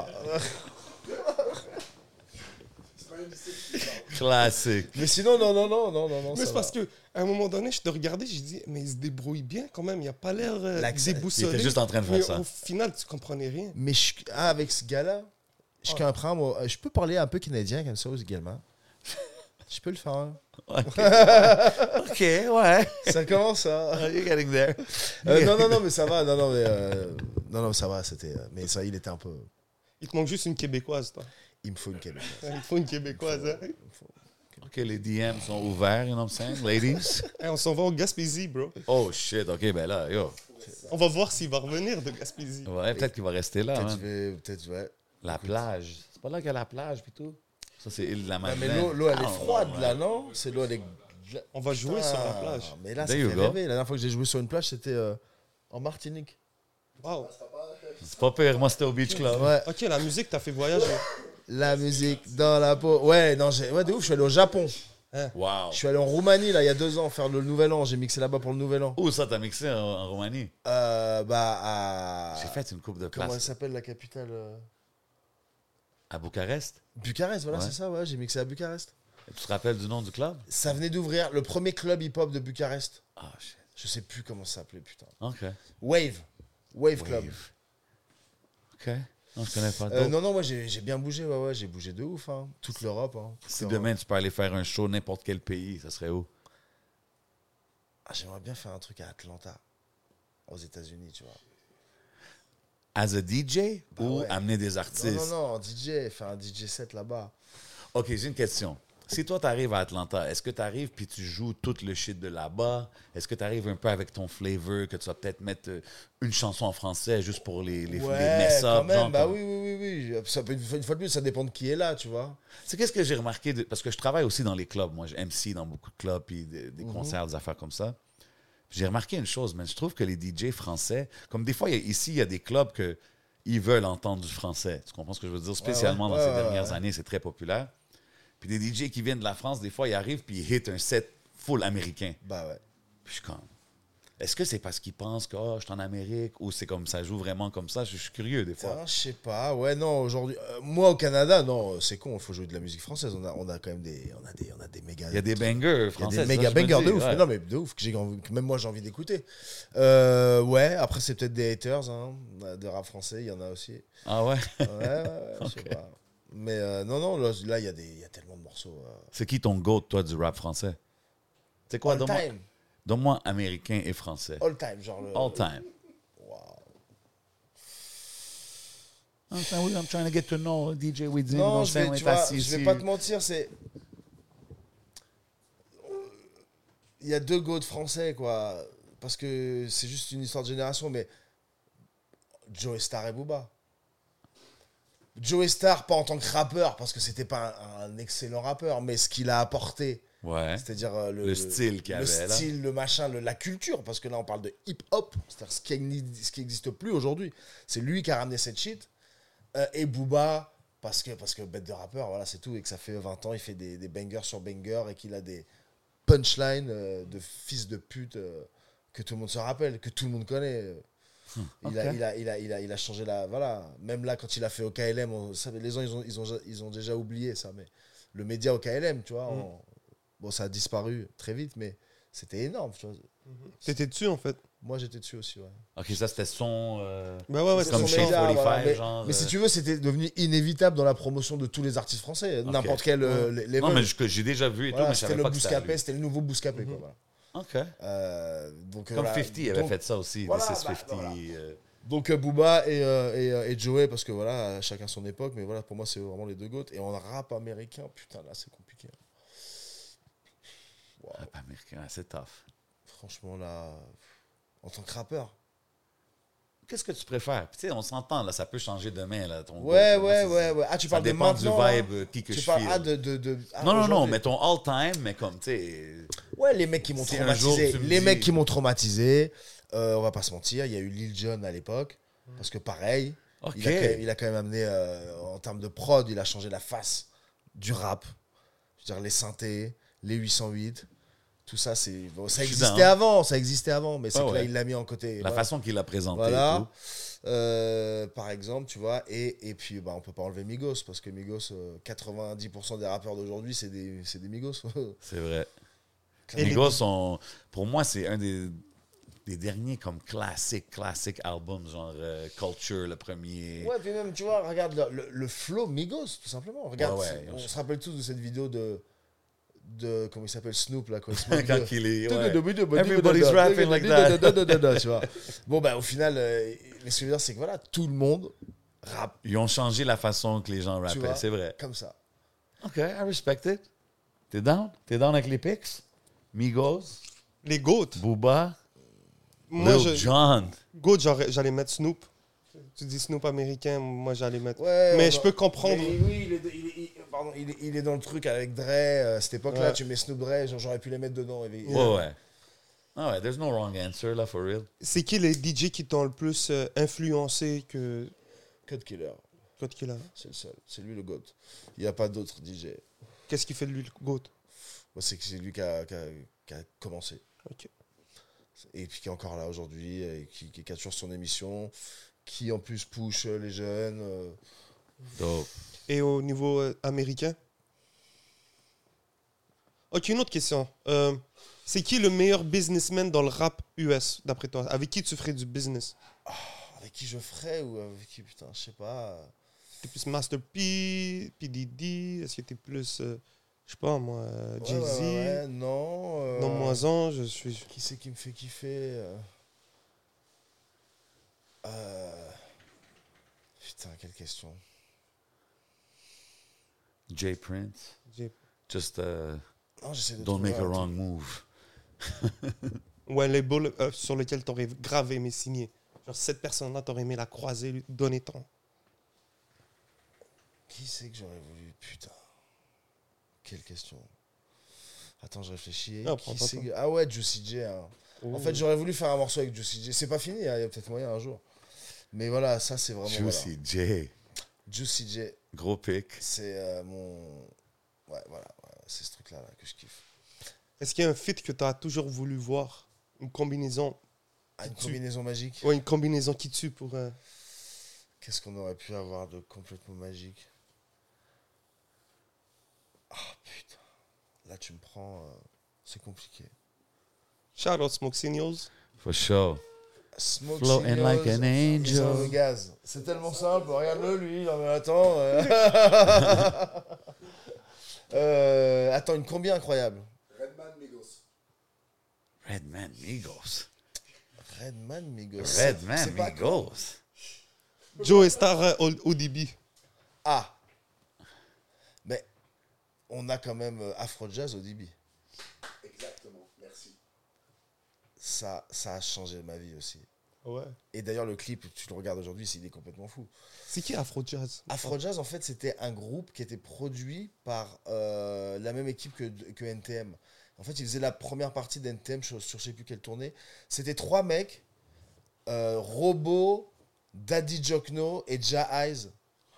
Classique. Mais sinon, non, non, non, non, non, non. Mais ça c'est va. parce que à un moment donné, je te regardais, j'ai dit, mais il se débrouille bien quand même, il a pas l'air euh, L'accent. déboussolé. Il était juste en train de faire Mais ça. Au final, tu comprenais rien. Mais je, ah, avec ce gars-là, je Ah. comprends, moi. Je peux parler un peu canadien comme ça également. Je peux le faire. hein. OK, ouais. Ça commence, ça. You're getting there. Euh, non, non, non, mais ça va. Non, non, mais, euh, non, non, ça va. C'était, euh, mais ça, il était un peu. Il te manque juste une Québécoise, toi. Il me faut une Québécoise. Il te faut une Québécoise, hein? OK, les D M sont ouverts, you know what I'm saying? Ladies. Hey, on s'en va au Gaspésie, bro. Oh, shit. OK, ben là, yo. On va voir s'il va revenir de Gaspésie. Ouais, peut-être qu'il va rester là, Peut-être, man. je vais- peut-être, ouais. La plage. C'est pas là qu'il y a la plage, puis tout? Ça, c'est île de la Ah, Madeleine. mais l'eau, l'eau, elle est Ah, froide, ouais. là, non? C'est l'eau, elle est. On va jouer sur la plage. Ah, mais là, ça There you fait go. rêver. La dernière fois que j'ai joué sur une plage, c'était euh, en Martinique. Wow. C'est pas pire, moi, c'était au Beach Club. Ouais. Ok, la musique t'a fait voyager. La musique dans la peau. Ouais, non, j'ai... ouais, de ouf, je suis allé au Japon. Wow. Je suis allé en Roumanie, là, il y a deux ans, faire le nouvel an. J'ai mixé là-bas pour le nouvel an. Où ça, t'as mixé en, en Roumanie? Euh, bah, à. J'ai fait une coupe de Comment elle place s'appelle la capitale euh à Bucarest. Bucarest, voilà, Ouais. c'est ça, ouais, j'ai mixé à Bucarest. Tu te rappelles du nom du club? Ça venait d'ouvrir le premier club hip-hop de Bucarest. Ah, shit. Je sais plus comment ça s'appelait, putain. OK. Wave. Wave Club. Wave. OK. Non, je connais pas. Euh, d'autres. non, non, moi j'ai j'ai bien bougé, ouais, ouais, j'ai bougé de ouf, hein. Toute l'Europe, hein. Toute Si l'Europe. demain, tu peux aller faire un show n'importe quel pays, ça serait où? Ah, j'aimerais bien faire un truc à Atlanta, aux États-Unis, tu vois. As a D J Bah ou ouais. amener des artistes? Non, non, non, en D J, faire un D J set là-bas. OK, j'ai une question. Si toi, tu arrives à Atlanta, est-ce que tu arrives puis tu joues tout le shit de là-bas? Est-ce que tu arrives un peu avec ton flavor, que tu vas peut-être mettre euh, une chanson en français juste pour les, les, les Ouais, mess quand up? même, genre, bah comme- oui, oui, oui, oui. Ça peut, une fois de plus, ça dépend de qui est là, tu vois. C'est qu'est-ce que j'ai remarqué, de- parce que je travaille aussi dans les clubs. Moi, je M C dans beaucoup de clubs, puis des, des concerts, des affaires comme ça. Puis j'ai remarqué une chose, mais je trouve que les D J français, comme des fois, il y a- ici, il y a des clubs que ils veulent entendre du français. Tu comprends ce que je veux dire? Spécialement ouais, dans ouais, ces ouais, dernières ouais. années, c'est très populaire. Puis des D J qui viennent de la France, des fois, ils arrivent puis ils hit un set full américain. Bah ouais. Puis je suis comme, est-ce que c'est parce qu'ils pensent que oh, je suis en Amérique ou c'est comme ça joue vraiment comme ça? Je, je suis curieux des fois. Putain, je sais pas. Ouais, non, aujourd'hui. euh, moi, au Canada, non, c'est con, il faut jouer de la musique française. On a, on a quand même des, on a des, on a des méga. Il y a des bangers il y a français. des méga bangers de ouf. Mais non, mais de ouf, que, j'ai envie- que même moi, j'ai envie d'écouter. Euh, ouais, après, c'est peut-être des haters, hein, de rap français, il y en a aussi. Ah ouais? Ouais, ouais, ouais, je sais pas. Mais euh, non, non, là, là, il y, a des- il y a tellement de morceaux. euh, C'est qui ton goat, toi, du rap français? C'est quoi? all Donne-moi time. donne-moi américain et français. All time, genre le. All time. Wow. I'm saying, I'm trying to get to know D J Wizzy. Non, je vais, tu vois, je vais pas te mentir, c'est. Il y a deux goats français, quoi. Parce que c'est juste une histoire de génération, mais Joe Star et Booba. Joey Starr, pas en tant que rappeur, parce que c'était pas un, un excellent rappeur, mais ce qu'il a apporté, Ouais. c'est-à-dire euh, le, Le style qu'il y le avait, là. style, le machin, le- la culture, parce que là on parle de hip-hop, c'est-à-dire ce qui n'exi- ce qui n'existe plus aujourd'hui. C'est lui qui a ramené cette shit. Euh, et Booba, parce que, parce que bête de rappeur, voilà, c'est tout, et que ça fait vingt ans, il fait des, des bangers sur bangers, et qu'il a des punchlines euh, de fils de pute euh, que tout le monde se rappelle, que tout le monde connaît. euh. Il, a, ok. il, a, il, a, il, a, il a changé la. Voilà. Même là, quand il a fait au K L M, on, ça, les gens, ils ont, ils, ont, ils ont déjà oublié ça. Mais le média au K L M, tu vois, Mm. on- bon, ça a disparu très vite, mais c'était énorme. Tu vois. T'étais dessus, en fait. Moi, j'étais dessus aussi. Ouais. Ok, ça, c'était son. euh, Bah ouais, ouais, C'est comme son Shade média, quarante-cinq, voilà. Mais, genre. mais si euh, tu veux, c'était devenu inévitable dans la promotion de tous les artistes français. N'importe quel euh, le- level. Non, mais je- j'ai déjà vu et Voilà, tout, mais je c'était savais le pas que c'était à Bouscapé, lui. c'était le nouveau Bouscapé. Mhm. Quoi, voilà. Ok. Euh, donc, Comme voilà. cinquante avait Donc- fait ça aussi, Voilà, This is bah, cinquante. voilà. euh, Donc euh, Booba et, euh, et, euh, et Joey, parce que voilà, chacun son époque, mais voilà, pour moi, c'est vraiment les deux goats. Et en rap américain, putain, là, c'est compliqué. Wow. Rap américain, c'est tough. Franchement, là, en tant que rappeur. Qu'est-ce que tu préfères? Puis, tu sais, on s'entend, là, ça peut changer demain, là, ton Ouais, goût, ouais, là, ouais, c'est- ouais. Ah, tu Ça parles de dépend du maintenant. vibe hein. euh, qui que Tu je parles feel. ah, de. de, de ah, Non, non, non, aujourd'hui. mais ton all-time, mais comme, tu sais... Ouais, les mecs qui m'ont Si un jour, traumatisé. tu me Les dis- mecs qui m'ont traumatisé, euh, on va pas se mentir, il y a eu Lil Jon à l'époque, parce que pareil, OK. il, a quand même, il a quand même amené, euh, en termes de prod, il a changé la face du rap. Je veux dire, les synthés, les huit cent huit, tout ça, c'est bon, ça Je suis existait down. avant, ça existait avant, mais c'est Ouais, que là, ouais. il l'a mis en côté. La Voilà. façon qu'il l'a présenté Voilà. et tout. Euh, par exemple, tu vois, et, et puis bah, on peut pas enlever Migos, parce que Migos, euh, quatre-vingt-dix pour cent des rappeurs d'aujourd'hui, c'est des, c'est des Migos. C'est vrai. Et Les les- gars sont... Pour moi, c'est un des, des derniers comme classiques, classiques albums, genre euh, Culture, le premier. Ouais, puis même, tu vois, regarde le, le, le flow Migos, tout simplement. Regarde, Ouais, ouais. on se rappelle tous de cette vidéo de, de comment il s'appelle, Snoop, là, quand il se moque Quand de- il est... ouais. Everybody's Everybody's rapping like that. Tu vois. Bon, bah, au final, euh, mais ce que je veux dire, c'est que voilà, tout le monde rappe Ils ont changé la façon que les gens vois. rappaient, c'est vrai. comme ça. OK, I respect it. T'es down? T'es down avec les pics? Migos, Les GOAT. Booba, Moi, Lil je, Jon. GOAT, j'aurais- j'allais mettre Snoop. Tu dis Snoop américain, moi, j'allais mettre. Ouais, Mais on je va- peux comprendre. Mais oui, il est, il, est, il- pardon, il, est, il est dans le truc avec Dre. euh, cette époque-là, Ouais. tu mets Snoop Dre, genre, j'aurais pu les mettre dedans. et- Ouais, ouais. Ah ouais, there's no wrong answer, là, for real. C'est qui les D J qui t'ont le plus euh, influencé que Cut Killer, Code Killer? c'est le seul. C'est lui le GOAT. Il n'y a pas d'autre D J. Qu'est-ce qui fait de lui le GOAT? Moi, c'est que c'est lui qui a, qui a- qui a commencé. Ok. Et puis qui est encore là aujourd'hui, et qui, qui a toujours son émission, qui en plus push euh, les jeunes. euh. Dope. Et au niveau euh, américain? Ok, une autre question. Euh, c'est qui le meilleur businessman dans le rap U S, d'après toi? Avec qui tu ferais du business? Avec qui je ferais ou avec qui, putain, je sais pas. T'es plus Master P, P D D? Est-ce que t'es plus, euh, je sais pas moi, euh, Ouais, Jay-Z? ouais, ouais, ouais, non. euh, Non, moins en, je suis... Qui c'est qui me fait kiffer euh Euh, Putain, quelle question. Jay Prince. Jay- Just uh, Non, j'essaie de don't trouver make a un wrong truc. move. Ou un label euh, sur lequel t'aurais grave aimé signer. Genre, cette personne-là, t'aurais aimé la croiser, lui donner ton... Qui c'est que j'aurais voulu Putain. Quelle question. Attends, je réfléchis. Ah, Qui prends ton c'est temps. que- Ah ouais, Juicy J. hein. En fait, j'aurais voulu faire un morceau avec Juicy J. C'est pas fini, hein, il y a peut-être moyen un jour. Mais voilà, ça c'est vraiment. Juicy J. Voilà. Juicy J, Gros pic. c'est euh, mon. Ouais, voilà, ouais, c'est ce truc-là là, que je kiffe. Est-ce qu'il y a un fit que t'as toujours voulu voir? Une combinaison? Ah, une Qui tue. combinaison magique. Ouais, une combinaison qui tue pour... euh, Qu'est-ce qu'on aurait pu avoir de complètement magique? Ah putain. Là, tu me prends. euh, C'est compliqué. Shout out Smoke Signals. For sure. Smoke Floating Signals, like an ils sont angel. le gaz. C'est tellement simple. Regarde-le, lui. Non, mais attends. euh. Euh, attends, une combi incroyable. Redman Migos. Redman Migos. Redman Migos. Redman C'est pas con. Migos. Joe et Star euh, au, au début. Ah. Mais on a quand même euh, Afro Jazz au début. Exactement, merci. Ça, ça a changé ma vie aussi. Ouais. Et d'ailleurs, le clip, tu le regardes aujourd'hui, c'est- il est complètement fou. C'est qui Afro Jazz? Afro Jazz, en fait, c'était un groupe qui était produit par euh, la même équipe que, que N T M. En fait, ils faisaient la première partie d'N T M sur, sur je sais plus quelle tournée. C'était trois mecs, euh, Robo, Daddy Jokno et Ja Eyes.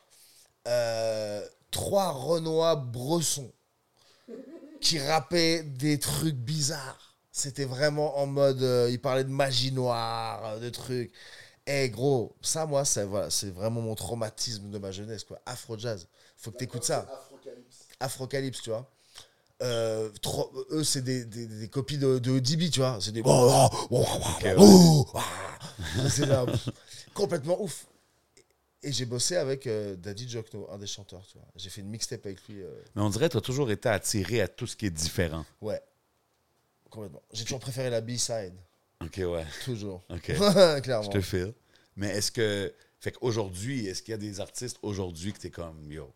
Euh, trois Renois bressons qui rappaient des trucs bizarres. C'était vraiment en mode... Euh, ils parlaient de magie noire, euh, de trucs... Eh hey, gros, ça, moi, c'est voilà, c'est vraiment mon traumatisme de ma jeunesse, quoi. Afro Jazz. Faut que t'écoutes ça. Afrocalypse. Afrocalypse, tu vois. Euh, trop, eux, c'est des, des, des copies de, de D B, tu vois. C'est des. Oh, oh, oh, Okay, oh, ah. C'est là, complètement ouf. Et j'ai bossé avec euh, Daddy Jokno, un des chanteurs, tu vois. J'ai fait une mixtape avec lui. Euh... Mais on dirait que tu as toujours été attiré à tout ce qui est différent. Ouais. Complètement. J'ai toujours préféré la B-side. OK, ouais. Toujours. OK. Clairement. Je te file. Mais est-ce que... Fait qu'aujourd'hui, est-ce qu'il y a des artistes aujourd'hui que t'es comme, yo,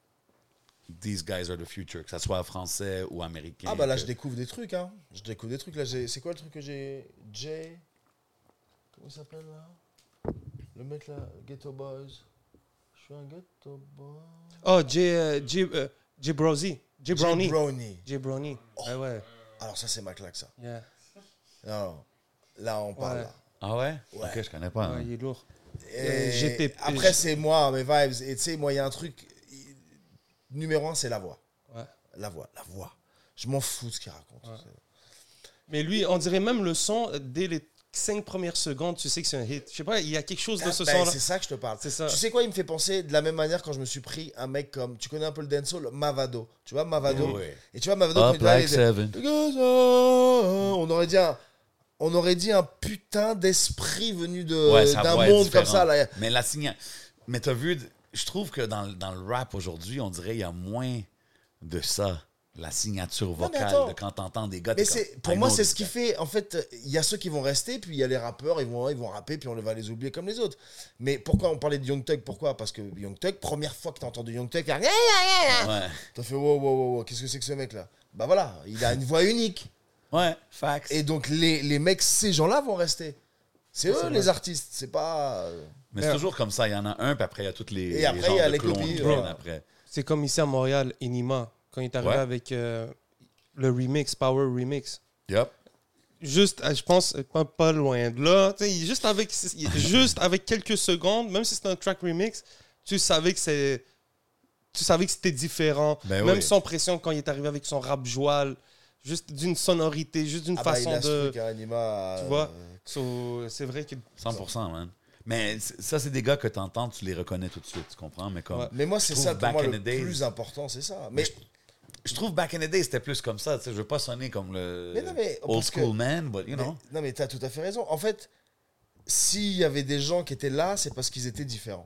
these guys are the future, que ça soit français ou américain? Ah bah là, que... je découvre des trucs, hein. Je découvre des trucs. Là, j'ai... c'est quoi le truc que j'ai... Jay... Comment il s'appelle, là? Le mec, là, Ghetto Boys. Je suis un Ghetto Boy. Oh, J. euh, J. euh, J. Brownie. J. Brownie. Jay Brownie. J. Brownie. Ouais, ouais. Alors ça, c'est ma claque, ça. Yeah. Non, non. Là, on parle, Ouais. là. Ah ouais? Ouais. OK, je connais pas. Ouais, hein. il est lourd. Et Euh, j'étais- Après, je- c'est moi, mes vibes. Et tu sais, moi, il y a un truc... il- Numéro un, c'est la voix. Ouais. La voix, la voix. Je m'en fous de ce qu'il raconte. Ouais. Mais lui, on dirait même le son, euh, dès les cinq premières secondes, tu sais que c'est un hit. Je sais pas, il y a quelque chose de Ah, ce ben, son-là. c'est ça que je te parle. C'est ça. Tu sais quoi, il me fait penser de la même manière quand je me suis pris un mec comme... Tu connais un peu le dancehall, Mavado. Tu vois, Mavado. Ouais. Et tu vois, Mavado, quand Up il arrive, like il seven. disait, on aurait dit un... On aurait dit un putain d'esprit venu de, Ouais, sa d'un voix est monde comme différente. ça. Là. Mais la signa... Mais t'as vu, je trouve que dans, dans le rap aujourd'hui, on dirait qu'il y a moins de ça. La signature mais vocale, attends. de quand t'entends des gars. Mais t'es c'est, comme, pour I moi, know c'est this ce qui guy. fait. En fait, il y a ceux qui vont rester, puis il y a les rappeurs, ils vont, ils vont rapper, puis on va les oublier comme les autres. Mais pourquoi on parlait de Young Thug? Pourquoi? Parce que Young Thug, première fois que t'as entendu Young Thug, t'as Ouais. t'as fait wow, wow, wow, wow, qu'est-ce que c'est que ce mec-là? Bah voilà, il a une voix unique. Ouais, facts. Et donc, les, les mecs, ces gens-là vont rester. C'est eux, les artistes. C'est pas. Mais c'est toujours comme ça. Il y en a un, puis après, il y a toutes les. Et les après, genres il y a de les clones copies, qui ouais. viennent après. C'est comme ici à Montréal, Enima, quand il est arrivé Ouais. avec euh, le remix, Power Remix. Yup. Juste, euh, je pense, euh, pas, pas loin de là. Tu sais, juste avec, juste avec quelques secondes, même si c'était un track remix, tu savais que c'est. Tu savais que c'était différent. Ben même oui. sans pression, quand il est arrivé avec son rap joual, juste d'une sonorité, juste d'une Ah bah, il façon a ce de. truc, hein, Anima. Tu euh, vois? So, c'est vrai que. cent pour cent, man. Mais c- ça, c'est des gars que t'entends, tu les reconnais tout de suite, tu comprends? Mais comme. Ouais. Mais moi, c'est Je trouve ça pour back moi in le the days- plus important, c'est ça. Mais, Je trouve back in the day, c'était plus comme ça. Tu sais, je veux pas sonner comme le Mais non, mais old parce que- school man, but you mais- know. non, mais t'as tout à fait raison. En fait, s'il y avait des gens qui étaient là, c'est parce qu'ils étaient différents.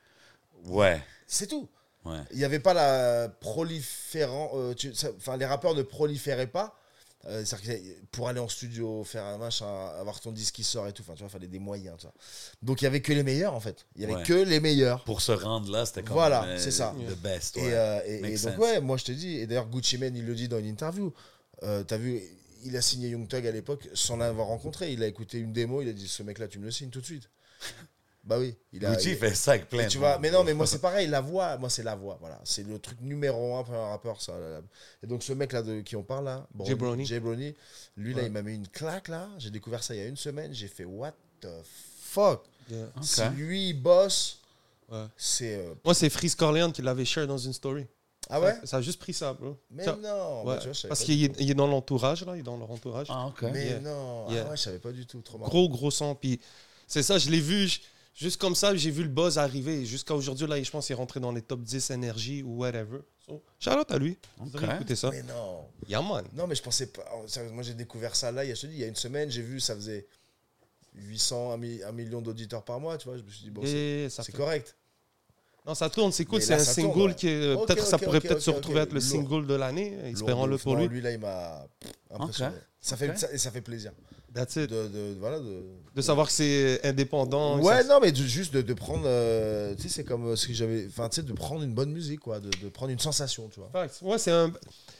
Ouais. C'est tout. Ouais. Il n'y avait pas la proliférant. euh, tu- ça- Enfin, les rappeurs ne proliféraient pas. Euh, c'est-à-dire que pour aller en studio, faire un machin, avoir ton disque qui sort et tout. Enfin, tu vois, il fallait des moyens. Tu vois. Donc, il n'y avait que les meilleurs, en fait. Il n'y avait Ouais. que les meilleurs. Pour se rendre là, c'était comme. Voilà, euh, c'est ça. The best. Et, Ouais. euh, et- Makes et donc, sense. ouais, moi, je te dis. Et d'ailleurs, Gucci Mane, il le dit dans une interview. Euh, T'as vu, il a signé Young Thug à l'époque sans l'avoir rencontré. Il a écouté une démo, il a dit ce mec-là, tu me le signes tout de suite. Bah oui. Il a, Gucci il- fait ça avec plein et de tu vois, monde. mais non, mais moi c'est pareil, la voix, moi c'est la voix, voilà, c'est le truc numéro un pour un rappeur, ça. Et donc ce mec là de qui on parle là, Jay Brownie. Jay Brownie, lui là, Ouais. il m'a mis une claque là. J'ai découvert ça il y a une semaine, j'ai fait what the fuck. Yeah. Si lui il bosse, Ouais. c'est euh, Moi, c'est Freeze Corleone qui l'avait share dans une story. ah ouais. Ça, ça a juste pris ça, bro. Mais Ça- non, Ouais, bah, tu vois, je savais parce pas qu'il du est, tout. il est dans l'entourage, là. Il est dans leur entourage. Ah, ok. Mais Yeah. non, Yeah. ah ouais, je savais pas du tout. Trop marrant. Gros, gros son. Puis c'est ça, je l'ai vu. je- Juste comme ça, j'ai vu le buzz arriver. Jusqu'à aujourd'hui, là, je pense qu'il est rentré dans les top dix énergie ou whatever. So, shout out à lui. Vous Ok. devriez écouter ça. Mais non. Yeah, man. Non, mais je pensais pas. ça- Moi, j'ai découvert ça là, il y a, je te dis, il y a une semaine, j'ai vu, ça faisait huit cents, un million d'auditeurs par mois, tu vois. Je me suis dit, bon, c'est Et ça c'est fait- correct. Non, ça tourne, c'est cool. Mais C'est là, un ça single tourne, ouais. qui est. Ok, Peut-être ça ok, pourrait ok, peut-être ok, se ok. retrouver être le Lourd. single de l'année. Espérons-le pour Non, lui. Lui, là, il m'a impressionné. Ok. Ça, fait, Ok. ça, et ça fait plaisir. That's De, it. de, voilà, de... De savoir que c'est indépendant. que Ouais, ça- non, mais de- juste de, de prendre. euh, tu sais, c'est comme ce que j'avais. Enfin, tu sais, de prendre une bonne musique, quoi. De, de prendre une sensation, tu vois. Facts. Ouais, c'est un.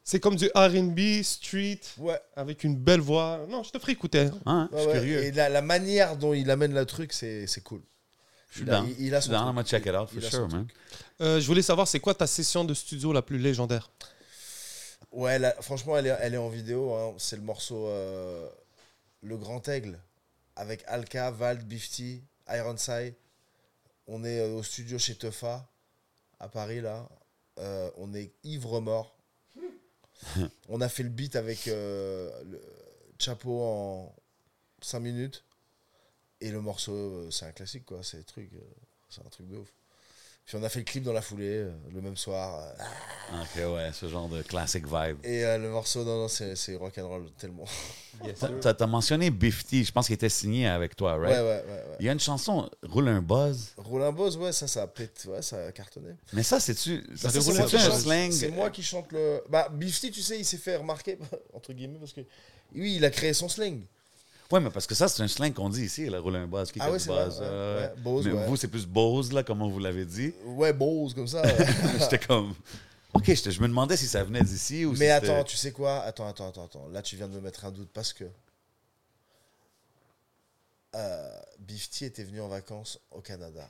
C'est comme du R and B, street, Ouais. avec une belle voix. Non, je te ferai écouter. hein. Hein? Je Ouais, suis ouais. curieux. Et la, la manière dont il amène le truc, c'est c'est cool. Je suis il a- down. il- il a Je suis son down. I'm truc. gonna check it out, Il for a sure, son man. truc. Euh, je voulais savoir, c'est quoi ta session de studio la plus légendaire? Ouais, là, franchement, elle est, elle est en vidéo. hein. C'est le morceau euh, Le Grand Aigle avec Alka, Vald, Bifty, Ironside. On est euh, au studio chez Teufa à Paris là. Euh, on est ivre mort. On a fait le beat avec euh, le Chapeau en cinq minutes. Et le morceau, euh, c'est un classique quoi. C'est un truc, euh, c'est un truc de ouf. Puis on a fait le clip dans la foulée euh, le même soir. euh, Ok, ouais, ce genre de classic vibe. Et euh, le morceau, non, non, c'est, c'est rock'n'roll tellement. T'as t'as mentionné Bifty, je pense qu'il était signé avec toi, right? Ouais, ouais, ouais. ouais. Il y a une chanson, Roule un buzz. Roland Bose, ouais, ça, ça a pété, ouais, ça a cartonné. Mais ça, c'est-tu Ça, c'est c'est, c'est moi qui un chante- slang? c'est moi qui chante le. Bah, Bifty, tu sais, il s'est fait remarquer, entre guillemets, parce que. Oui, il a créé son slang. Ouais, mais parce que ça, c'est un slang qu'on dit ici, là, Roule un buzz. Qui Ah a ouais, du c'est vrai, buzz, ouais, euh, ouais, Bose, mais ouais. vous, c'est plus Bose, là, comme on vous l'avait dit. Ouais, Bose, comme ça. ouais. J'étais comme. Ok, j'étais- je me demandais si ça venait d'ici ou si Mais c'était- attends, tu sais quoi? Attends, attends, attends, attends. Là, tu viens de me mettre un doute parce que. Euh, Bifty était venu en vacances au Canada.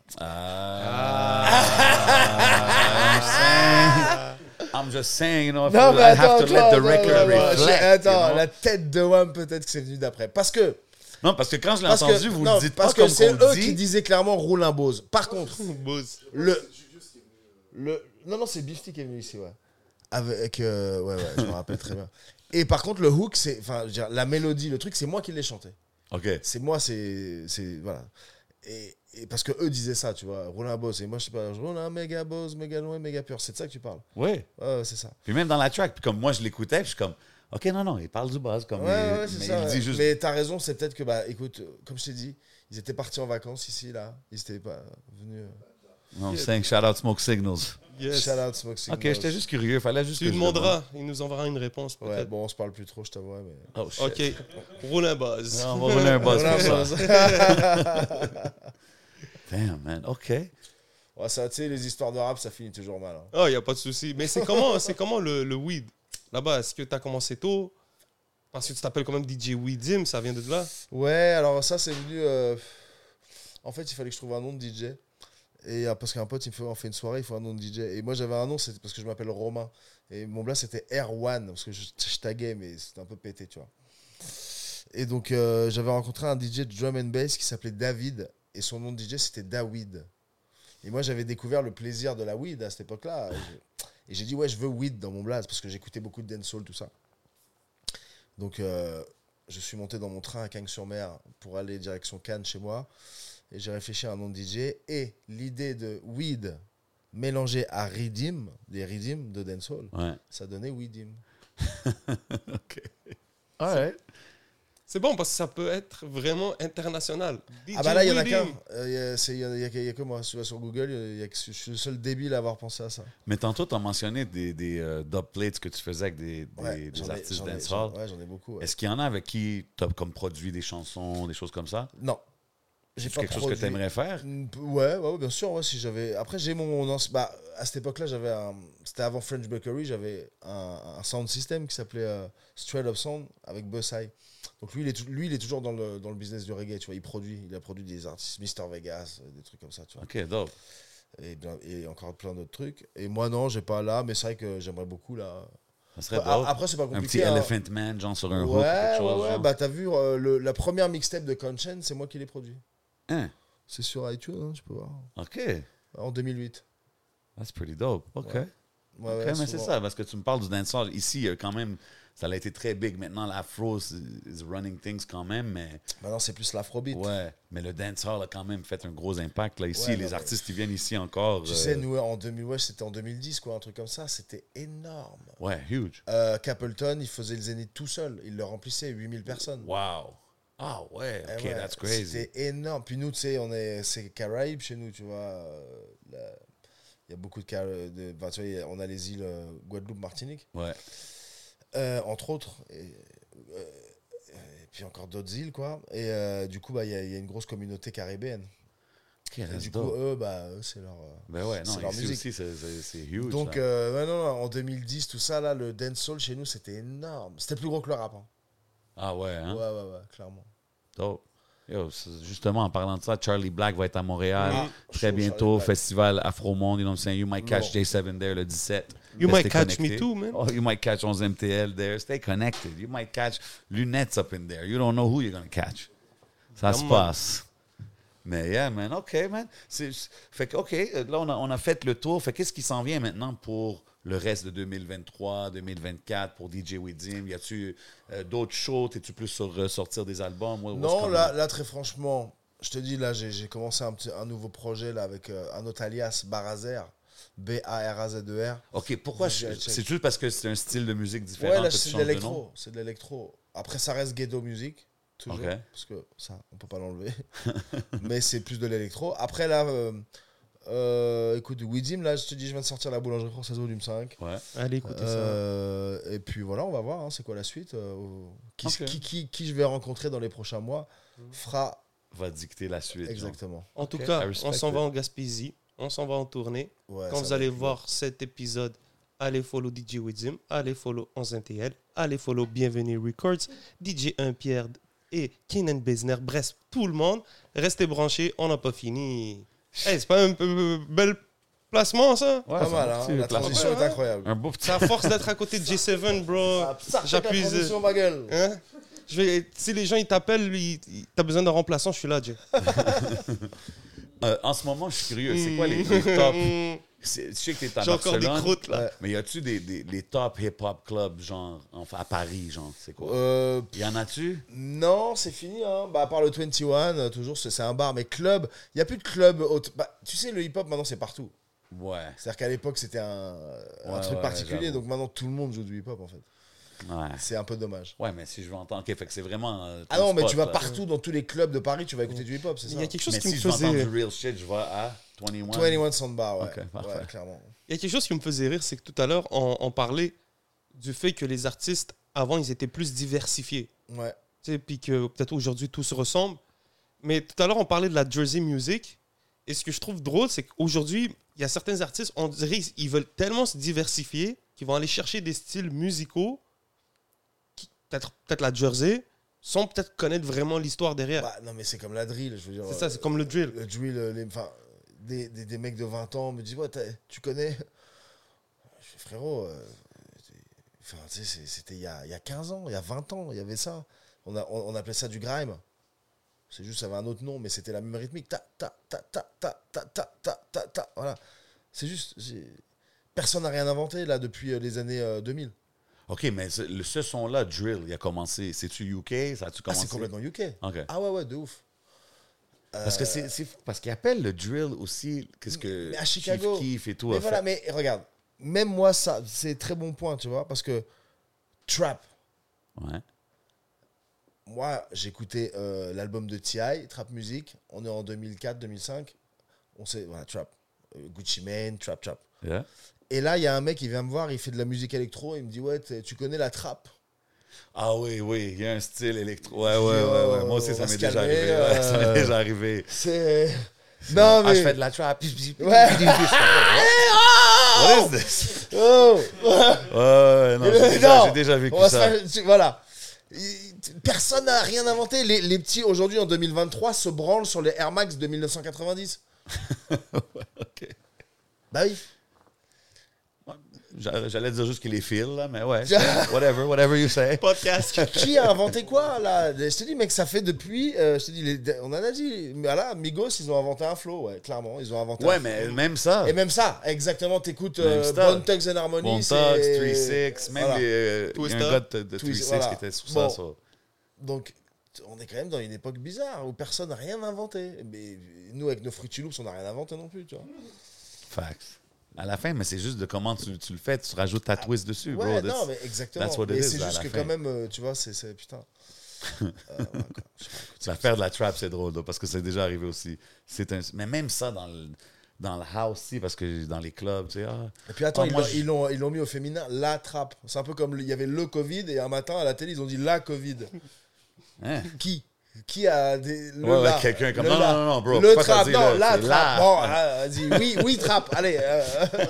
Ah. I'm just saying, you know, if Non, I mais have attends, to let attends, the record non, non, non, reflect. je- Attends, you know? la tête de Wham, peut-être que c'est venu d'après. Parce que. Non, parce que quand je l'ai Parce entendu, que, vous non, le dites parce pas que comme c'est qu'on eux le qui dit. disaient clairement roule un Bose. Par contre, Buzz. le, le, non non c'est Bifty qui est venu ici, ouais. Avec, euh, ouais ouais, je me rappelle très bien. Et par contre le hook, c'est, enfin, je veux dire, la mélodie, le truc, c'est moi qui l'ai chanté. Ok. C'est moi, c'est, c'est voilà. Et, et parce que eux disaient ça, tu vois, roule un Bose. Et moi je sais pas, je roule un méga Bose, méga loin, méga pur. C'est de ça que tu parles. Oui. Ouais, ouais, c'est ça. Puis même dans la track, puis comme moi, je l'écoutais, puis je suis comme, ok, non, non, il parle du buzz. Comme Ouais, il, ouais, c'est mais ça. il ouais. dit juste. Mais t'as raison, c'est peut-être que, bah, écoute, euh, comme je t'ai dit, ils étaient partis en vacances ici, là. Ils étaient pas venus. euh, Non, I'm saying shout out Smoke Signals. Yes. Shout out Smoke Signals. Ok, j'étais juste curieux, fallait juste Tu que lui je le demanderas, il nous enverra une réponse Ouais, peut-être. bon, on se parle plus trop, je t'avoue, mais. demande. Oh shit. Ok, roule un buzz. On va rouler un buzz Roule un pour ça. Buzz. Damn, man. Ok. Ouais, ça, tu sais, les histoires de rap, ça finit toujours mal. hein. Ah, il n'y a pas de souci. Mais c'est comment, c'est comment le, le weed? Là-bas, est-ce que tu as commencé tôt? Parce que tu t'appelles quand même D J Weedim, ça vient de là? Ouais, alors ça, c'est venu. euh, En fait, il fallait que je trouve un nom de D J. Et euh, parce qu'un pote, il me fait, on fait une soirée, il faut un nom de D J. Et moi, j'avais un nom, c'est parce que je m'appelle Romain. Et mon blast, c'était R un, parce que je, je taguais, mais c'était un peu pété, tu vois. Et donc, euh, j'avais rencontré un D J de drum and bass qui s'appelait David. Et son nom de D J, c'était Dawid. Et moi, j'avais découvert le plaisir de la weed à cette époque-là. Et j'ai- Et j'ai dit, ouais, je veux weed dans mon blast, parce que j'écoutais beaucoup de dancehall, tout ça. Donc, euh, je suis monté dans mon train à Cagnes-sur-Mer pour aller direction Cannes chez moi. Et j'ai réfléchi à un nom de D J. Et l'idée de weed mélangé à Redeem, des Redeem de dancehall, Ouais. ça donnait Weedim. Ok. Alright. C'est bon parce que ça peut être vraiment international. D J Ah bah là, il y en a Weedim. qu'un. Euh, Il y a- c'est- il y, a- il y a que- il y a que moi. Tu vas sur Google, il y a que- je suis le seul débile à avoir pensé à ça. Mais tantôt, tu as mentionné des, des euh, dub plates que tu faisais avec des, des, Ouais, des j'en ai- artistes j'en ai- dancehall. j'en- Ouais, j'en ai beaucoup. ouais. Est-ce qu'il y en a avec qui tu as comme produit des chansons, des choses comme ça? Non. J'ai C'est pas quelque chose que produit. tu aimerais faire? Mm, Ouais, ouais, ouais, bien sûr. Ouais, si j'avais. Après, j'ai mon. anci- Bah, à cette époque-là, j'avais un. C'était avant French Bakery, j'avais un, un sound system qui s'appelait euh, Straight Up Sound avec Buzz High. Donc lui, il est, tou- lui, il est toujours dans le, dans le business du reggae, tu vois. Il produit, il a produit des artistes, Mister Vegas, euh, des trucs comme ça, tu vois. Ok, dope. Et, bien- et encore plein d'autres trucs. Et moi, non, j'ai pas là, mais c'est vrai que j'aimerais beaucoup là. Ça serait A- dope. Après, c'est pas Un compliqué. petit hein. Elephant Man, genre sur un hook ou Ouais, quelque chose. ouais, ouais. genre. Bah, t'as vu, euh, le- la première mixtape de Conscience, c'est moi qui l'ai produit. Hein? C'est sur iTunes, hein, tu peux voir. Ok. En deux mille huit. That's pretty dope. Ok. Ouais. Ouais, Ok, ouais, mais c'est souvent. ça, parce que tu me parles du dancehall. Ici, il y a quand même, ça a été très big. Maintenant, l'afro is is running things quand même, mais Maintenant, c'est plus l'afrobeat. ouais. Mais le dancehall a quand même fait un gros impact là ici. Ouais, les non, mais- artistes qui viennent ici encore. Tu euh, sais, nous, en deux mille, ouais, c'était en deux mille dix, quoi, un truc comme ça. C'était énorme. Ouais, huge. Euh, Capleton, il faisait le Zénith tout seul. Il le remplissait, huit mille personnes. Wow. Ah ouais. Eh Ok, ouais, that's crazy. C'était énorme. Puis nous, tu sais, on est, c'est Caraïbes chez nous, tu vois. euh, la- Il y a beaucoup de cas. De, enfin, tu vois, on a les îles euh, Guadeloupe, Martinique, Ouais. euh, entre autres. Et, euh, et puis encore d'autres îles, quoi. Et euh, du coup, bah, il y, a- il y a une grosse communauté caribéenne. OK, Et that's du coup, dope. eux, bah, eux, c'est leur. euh, Ben ouais, non, c'est leur ici musique. aussi, c'est- c'est c'est huge. Donc, là. euh, ouais, non, non, en deux mille dix, tout ça, là, le dancehall chez nous, c'était énorme. C'était plus gros que le rap. Hein. Ah ouais, hein? Ouais, ouais, ouais, clairement. Dope. Yo, c'est- justement, en parlant de ça, Charlie Black va être à Montréal Ah, très chaud, bientôt. Charlie Black. Festival Afro-Monde, you know what I'm saying? You might catch Non. J seven there le dix-sept. You Restez might catch me connectés. too, man. Oh, you might catch onze M T L there. Stay connected. You might catch Lunettes up in there. You don't know who you're going to catch. Ça se Come on. passe. Mais yeah, man, OK, man. C'est, c'est- fait que, OK, là, on a, on a fait le tour. Fait qu'est-ce qui s'en vient maintenant pour le reste de deux mille vingt-trois, deux mille vingt-quatre pour D J Widim? Y a-tu euh, d'autres shows? T'es-tu plus sur euh, sortir des albums? What- what's Non, coming là, up? là, très franchement, je te dis, là, j'ai j'ai commencé un, petit, un nouveau projet là, avec euh, un autre alias, Barazer. B A R A Z E R. OK, pourquoi? Je- je- je- C'est juste parce que c'est un style de musique différent Ouais, là, que tu c'est de changes de nom? l'électro. C'est de l'électro. Après, ça reste ghetto music, toujours. Ok. Parce que ça, on peut pas l'enlever. Mais c'est plus de l'électro. Après, là, euh, euh, écoute, Widim, là, je te dis, je viens de sortir La Boulangerie Française Volume cinq. Ouais. Allez, écoutez Euh, et puis voilà, on va voir, hein, c'est quoi la suite. euh, qui, Ok. qui, qui, qui je vais rencontrer dans les prochains mois fera Va dicter la suite. genre. exactement. ça. En tout Ok, cas, I respect on s'en it. va en Gaspésie. On s'en va en tournée. Ouais, Quand ça vous va allez être voir cet épisode, allez follow D J Widim, allez follow onze N T L, allez follow Bienvenue Records, D J un Pierre et Kenan Bezner. Bref, tout le monde, restez branchés, on n'a pas fini. Hey, c'est pas un peu bel placement, ça? Ouais, pas c'est mal, un hein, petit la placement. transition Ouais, est ouais. incroyable. Un beau petit... C'est à force d'être à côté de J sept, bro. Ça, ça, J'appuie. la transition, ma gueule. Hein? Je vais, si les gens ils t'appellent, ils- ils- t'as besoin d'un remplaçant, je suis là, Jay. Euh, en ce moment, je suis curieux. C'est quoi les, les top... Mmh. c'est- Je sais que t'es à J'ai encore des Barcelone, croûtes, là. Ouais. mais y a-tu des, des, les top hip-hop clubs, genre, enfin, à Paris, genre, c'est quoi? Euh, Y en a-tu? non, c'est fini. Hein. Bah, à part le vingt et un, euh, toujours, c'est c'est un bar. Mais club, il n'y a plus de club. haute- Bah, tu sais, le hip-hop, maintenant, c'est partout. Ouais. C'est-à-dire qu'à l'époque, c'était un, un Ouais, truc ouais, particulier. j'avoue. Donc maintenant, tout le monde joue du hip-hop, en fait. Ouais. C'est un peu dommage. Ouais, mais si je veux entendre... OK, fait que c'est vraiment... euh, Ah ton non, mais spot, tu vas là. partout, dans tous les clubs de Paris, tu vas écouter du hip-hop, c'est Il ça. y a quelque chose Mais qui si me je veux entendre faisait. du real shit, je vais à vingt et un. vingt et un Soundbar, ouais. Ok, parfait. Ouais, clairement. Il y a quelque chose qui me faisait rire, c'est que tout à l'heure, on, on parlait du fait que les artistes, avant, ils étaient plus diversifiés. Ouais. Tu sais, puis que peut-être aujourd'hui, tout se ressemble. Mais tout à l'heure, on parlait de la Jersey Music. Et ce que je trouve drôle, c'est qu'aujourd'hui, il y a certains artistes, on dirait qu'ils veulent tellement se diversifier qu'ils vont aller chercher des styles musicaux, qui- peut-être peut-être la Jersey, sans peut-être connaître vraiment l'histoire derrière. Bah, non, mais c'est comme la drill, je veux dire. c'est ça, c'est comme le drill. Le drill, euh, les, enfin, des, des, des mecs de vingt ans me disent, ouais, t'as- tu connais. Je fais, frérot, euh, enfin, tu sais, c'est- c'était il y a, il y a quinze ans, il y a vingt ans, il y avait ça. On, a, on, on appelait ça du grime. C'est juste, ça avait un autre nom, mais c'était la même rythmique. Ta, ta, ta, ta, ta, ta, ta, ta, ta, ta. Voilà. C'est juste. j'ai- Personne n'a rien inventé, là, depuis euh, les années euh, deux mille. OK, mais ce, le- ce son-là, drill, il a commencé... C'est-tu U K? Ça a-tu Ah, commencé? c'est complètement U K. OK. Ah ouais, ouais, de ouf. Parce que c'est, c'est parce qu'ils appellent le drill aussi qu'est-ce que Mais à Chicago. Chief Keef et tout Mais a voilà, fait. mais regarde, même moi, ça, c'est très bon point, tu vois, parce que Trap, Ouais. moi, j'écoutais euh, l'album de T I, Trap Music, on est en deux mille quatre deux mille cinq, on sait, voilà, Trap, Euh, Gucci Mane, Trap, Trap. Yeah. Et là, il y a un mec qui vient me voir, il fait de la musique électro, il me dit, ouais, t'es- tu connais la trap? Ah oui, oui, il y a un style électro. Ouais, ouais, ouais, ouais. Moi aussi, on ça va m'est se déjà calmer, arrivé. Ouais, ça m'est euh, déjà arrivé. C'est... Non, mais... Ah, je fais de la trap. Ouais. What is this? Oh Ouais, non, j'ai déjà, Non, j'ai déjà vécu on va ça. se faire- tu- Voilà. Il- Personne n'a rien inventé. Les, les petits, aujourd'hui, en deux mille vingt-trois, se branlent sur les Air Max de mille neuf cent quatre-vingt-dix. OK. Bah oui. J'a- J'allais dire juste qu'il est fil, là, mais ouais. Whatever, whatever you say. Podcast. Qui a inventé quoi, là? Je te dis, mec, ça fait depuis... euh, je te dis, les- on en a dit. Mais là, Migos, ils ont inventé un flow, ouais, clairement. Ils ont inventé Ouais, un mais flow. même ça. Et même ça, exactement, t'écoutes Même euh, style. Bone Thugs and Harmony. Bon c'est- Thugs, trois six, même Voilà. les, euh, il y a Twister. un gars de, de Twist, trois six voilà. qui était sur Bon. ça. ça. Donc, on est quand même dans une époque bizarre où personne n'a rien inventé. Mais nous, avec nos Fruity Loops, on n'a rien inventé non plus, tu vois. Facts. À la fin, mais c'est juste de comment tu, tu le fais, tu rajoutes ta twist dessus, bro. Ouais, That's- non, mais exactement. that's what it Mais is, c'est à juste la que fin. quand même, euh, tu vois, c'est... c'est- Putain. Euh, ouais, quoi. Je sais pas, écoute, L'affaire de la trap, c'est drôle, là, parce que c'est déjà arrivé aussi. C'est un... Mais même ça, dans le, dans le house, aussi, parce que dans les clubs, tu sais, ah, Et puis attends, Ah, ils, moi, l'ont, je- ils, l'ont, ils l'ont mis au féminin, la trappe. C'est un peu comme le- il y avait le Covid et un matin à la télé, ils ont dit la Covid. hein? Qui Qui a des. Le Ouais, ouais, là, quelqu'un comme. le Non, là. non, non, bro. Le Pourquoi t'as trap, dit non, le- là, c'est trap. là. Bon, ah, vas-y, oui, oui, trap. Allez. Euh...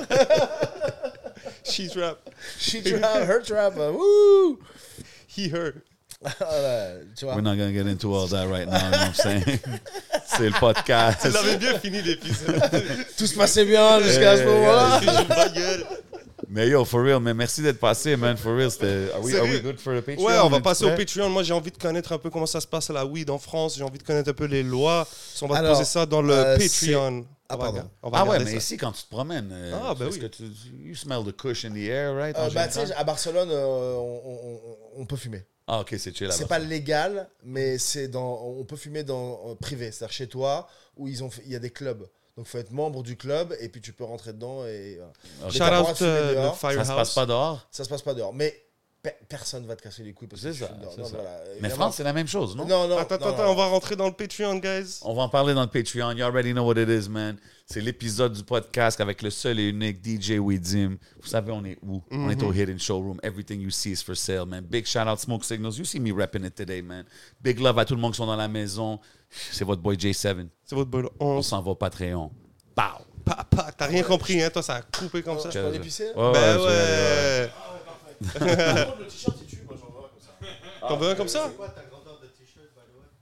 She trap. She trap, her trap. uh, Woo! He, her. Voilà, tu vois. We're not gonna get into all that right now, you know what I'm saying? C'est le podcast. Tu l'avais bien fini l'épisode. Tout se passait bien jusqu'à ce Eh, moment-là. J'ai ma gueule. Mais yo, for real, mais merci d'être passé, man. For real, c'était. Are we, are we Sérieux? good for the Patreon? Ouais, on va Es-tu passer au prêt? Patreon. Moi, j'ai envie de connaître un peu comment ça se passe à la weed en France. J'ai envie de connaître un peu les lois. Si on va Alors, poser ça dans le euh, Patreon. Ah, On va pardon. rega- on va Ah ouais, regarder mais ça. ici, quand tu te promènes, euh, Ah, ben est-ce oui. que tu, you smell the kush in the air, right? en Euh, bah, tu général? sais, à Barcelone, euh, on, on- on- on peut fumer. Ah, ok, c'est chill là-bas. C'est pas légal, mais c'est dans, on peut fumer dans en privé, c'est-à-dire chez toi, où ils ont, fait- il y a des clubs. Donc, il faut être membre du club et puis tu peux rentrer dedans et voilà. Mais Shout t'as pas le droit out de fumer euh, dehors. le Ça se passe Firehouse. pas dehors? Ça se passe pas dehors. Mais pe- personne va te casser les couilles parce que C'est tu ça, fumes dehors. c'est Non, ça. voilà, Mais évidemment. France, c'est la même chose, non? Non, non. Attends, non, attends, non. on va rentrer dans le Patreon, guys. On va en parler dans le Patreon. You already know what it is, man. C'est l'épisode du podcast avec le seul et unique D J Widim. Vous savez, on est où? On est au Hidden Showroom. Everything you see is for sale, man. Big shout out Smoke Signals. You see me repping it today, man. Big love à tout le monde qui sont dans la maison. C'est votre boy J sept. C'est votre bol On onze. s'en va au Patreon. Pow! Papa, t'as rien compris, hein? Toi, ça a coupé comme ça. Je peux aller pisser? Ouais, Ben ouais, ouais, ouais. ouais. Le t-shirt, il tue, moi j'en veux un comme ça. T'en veux un comme ça? C'est quoi ta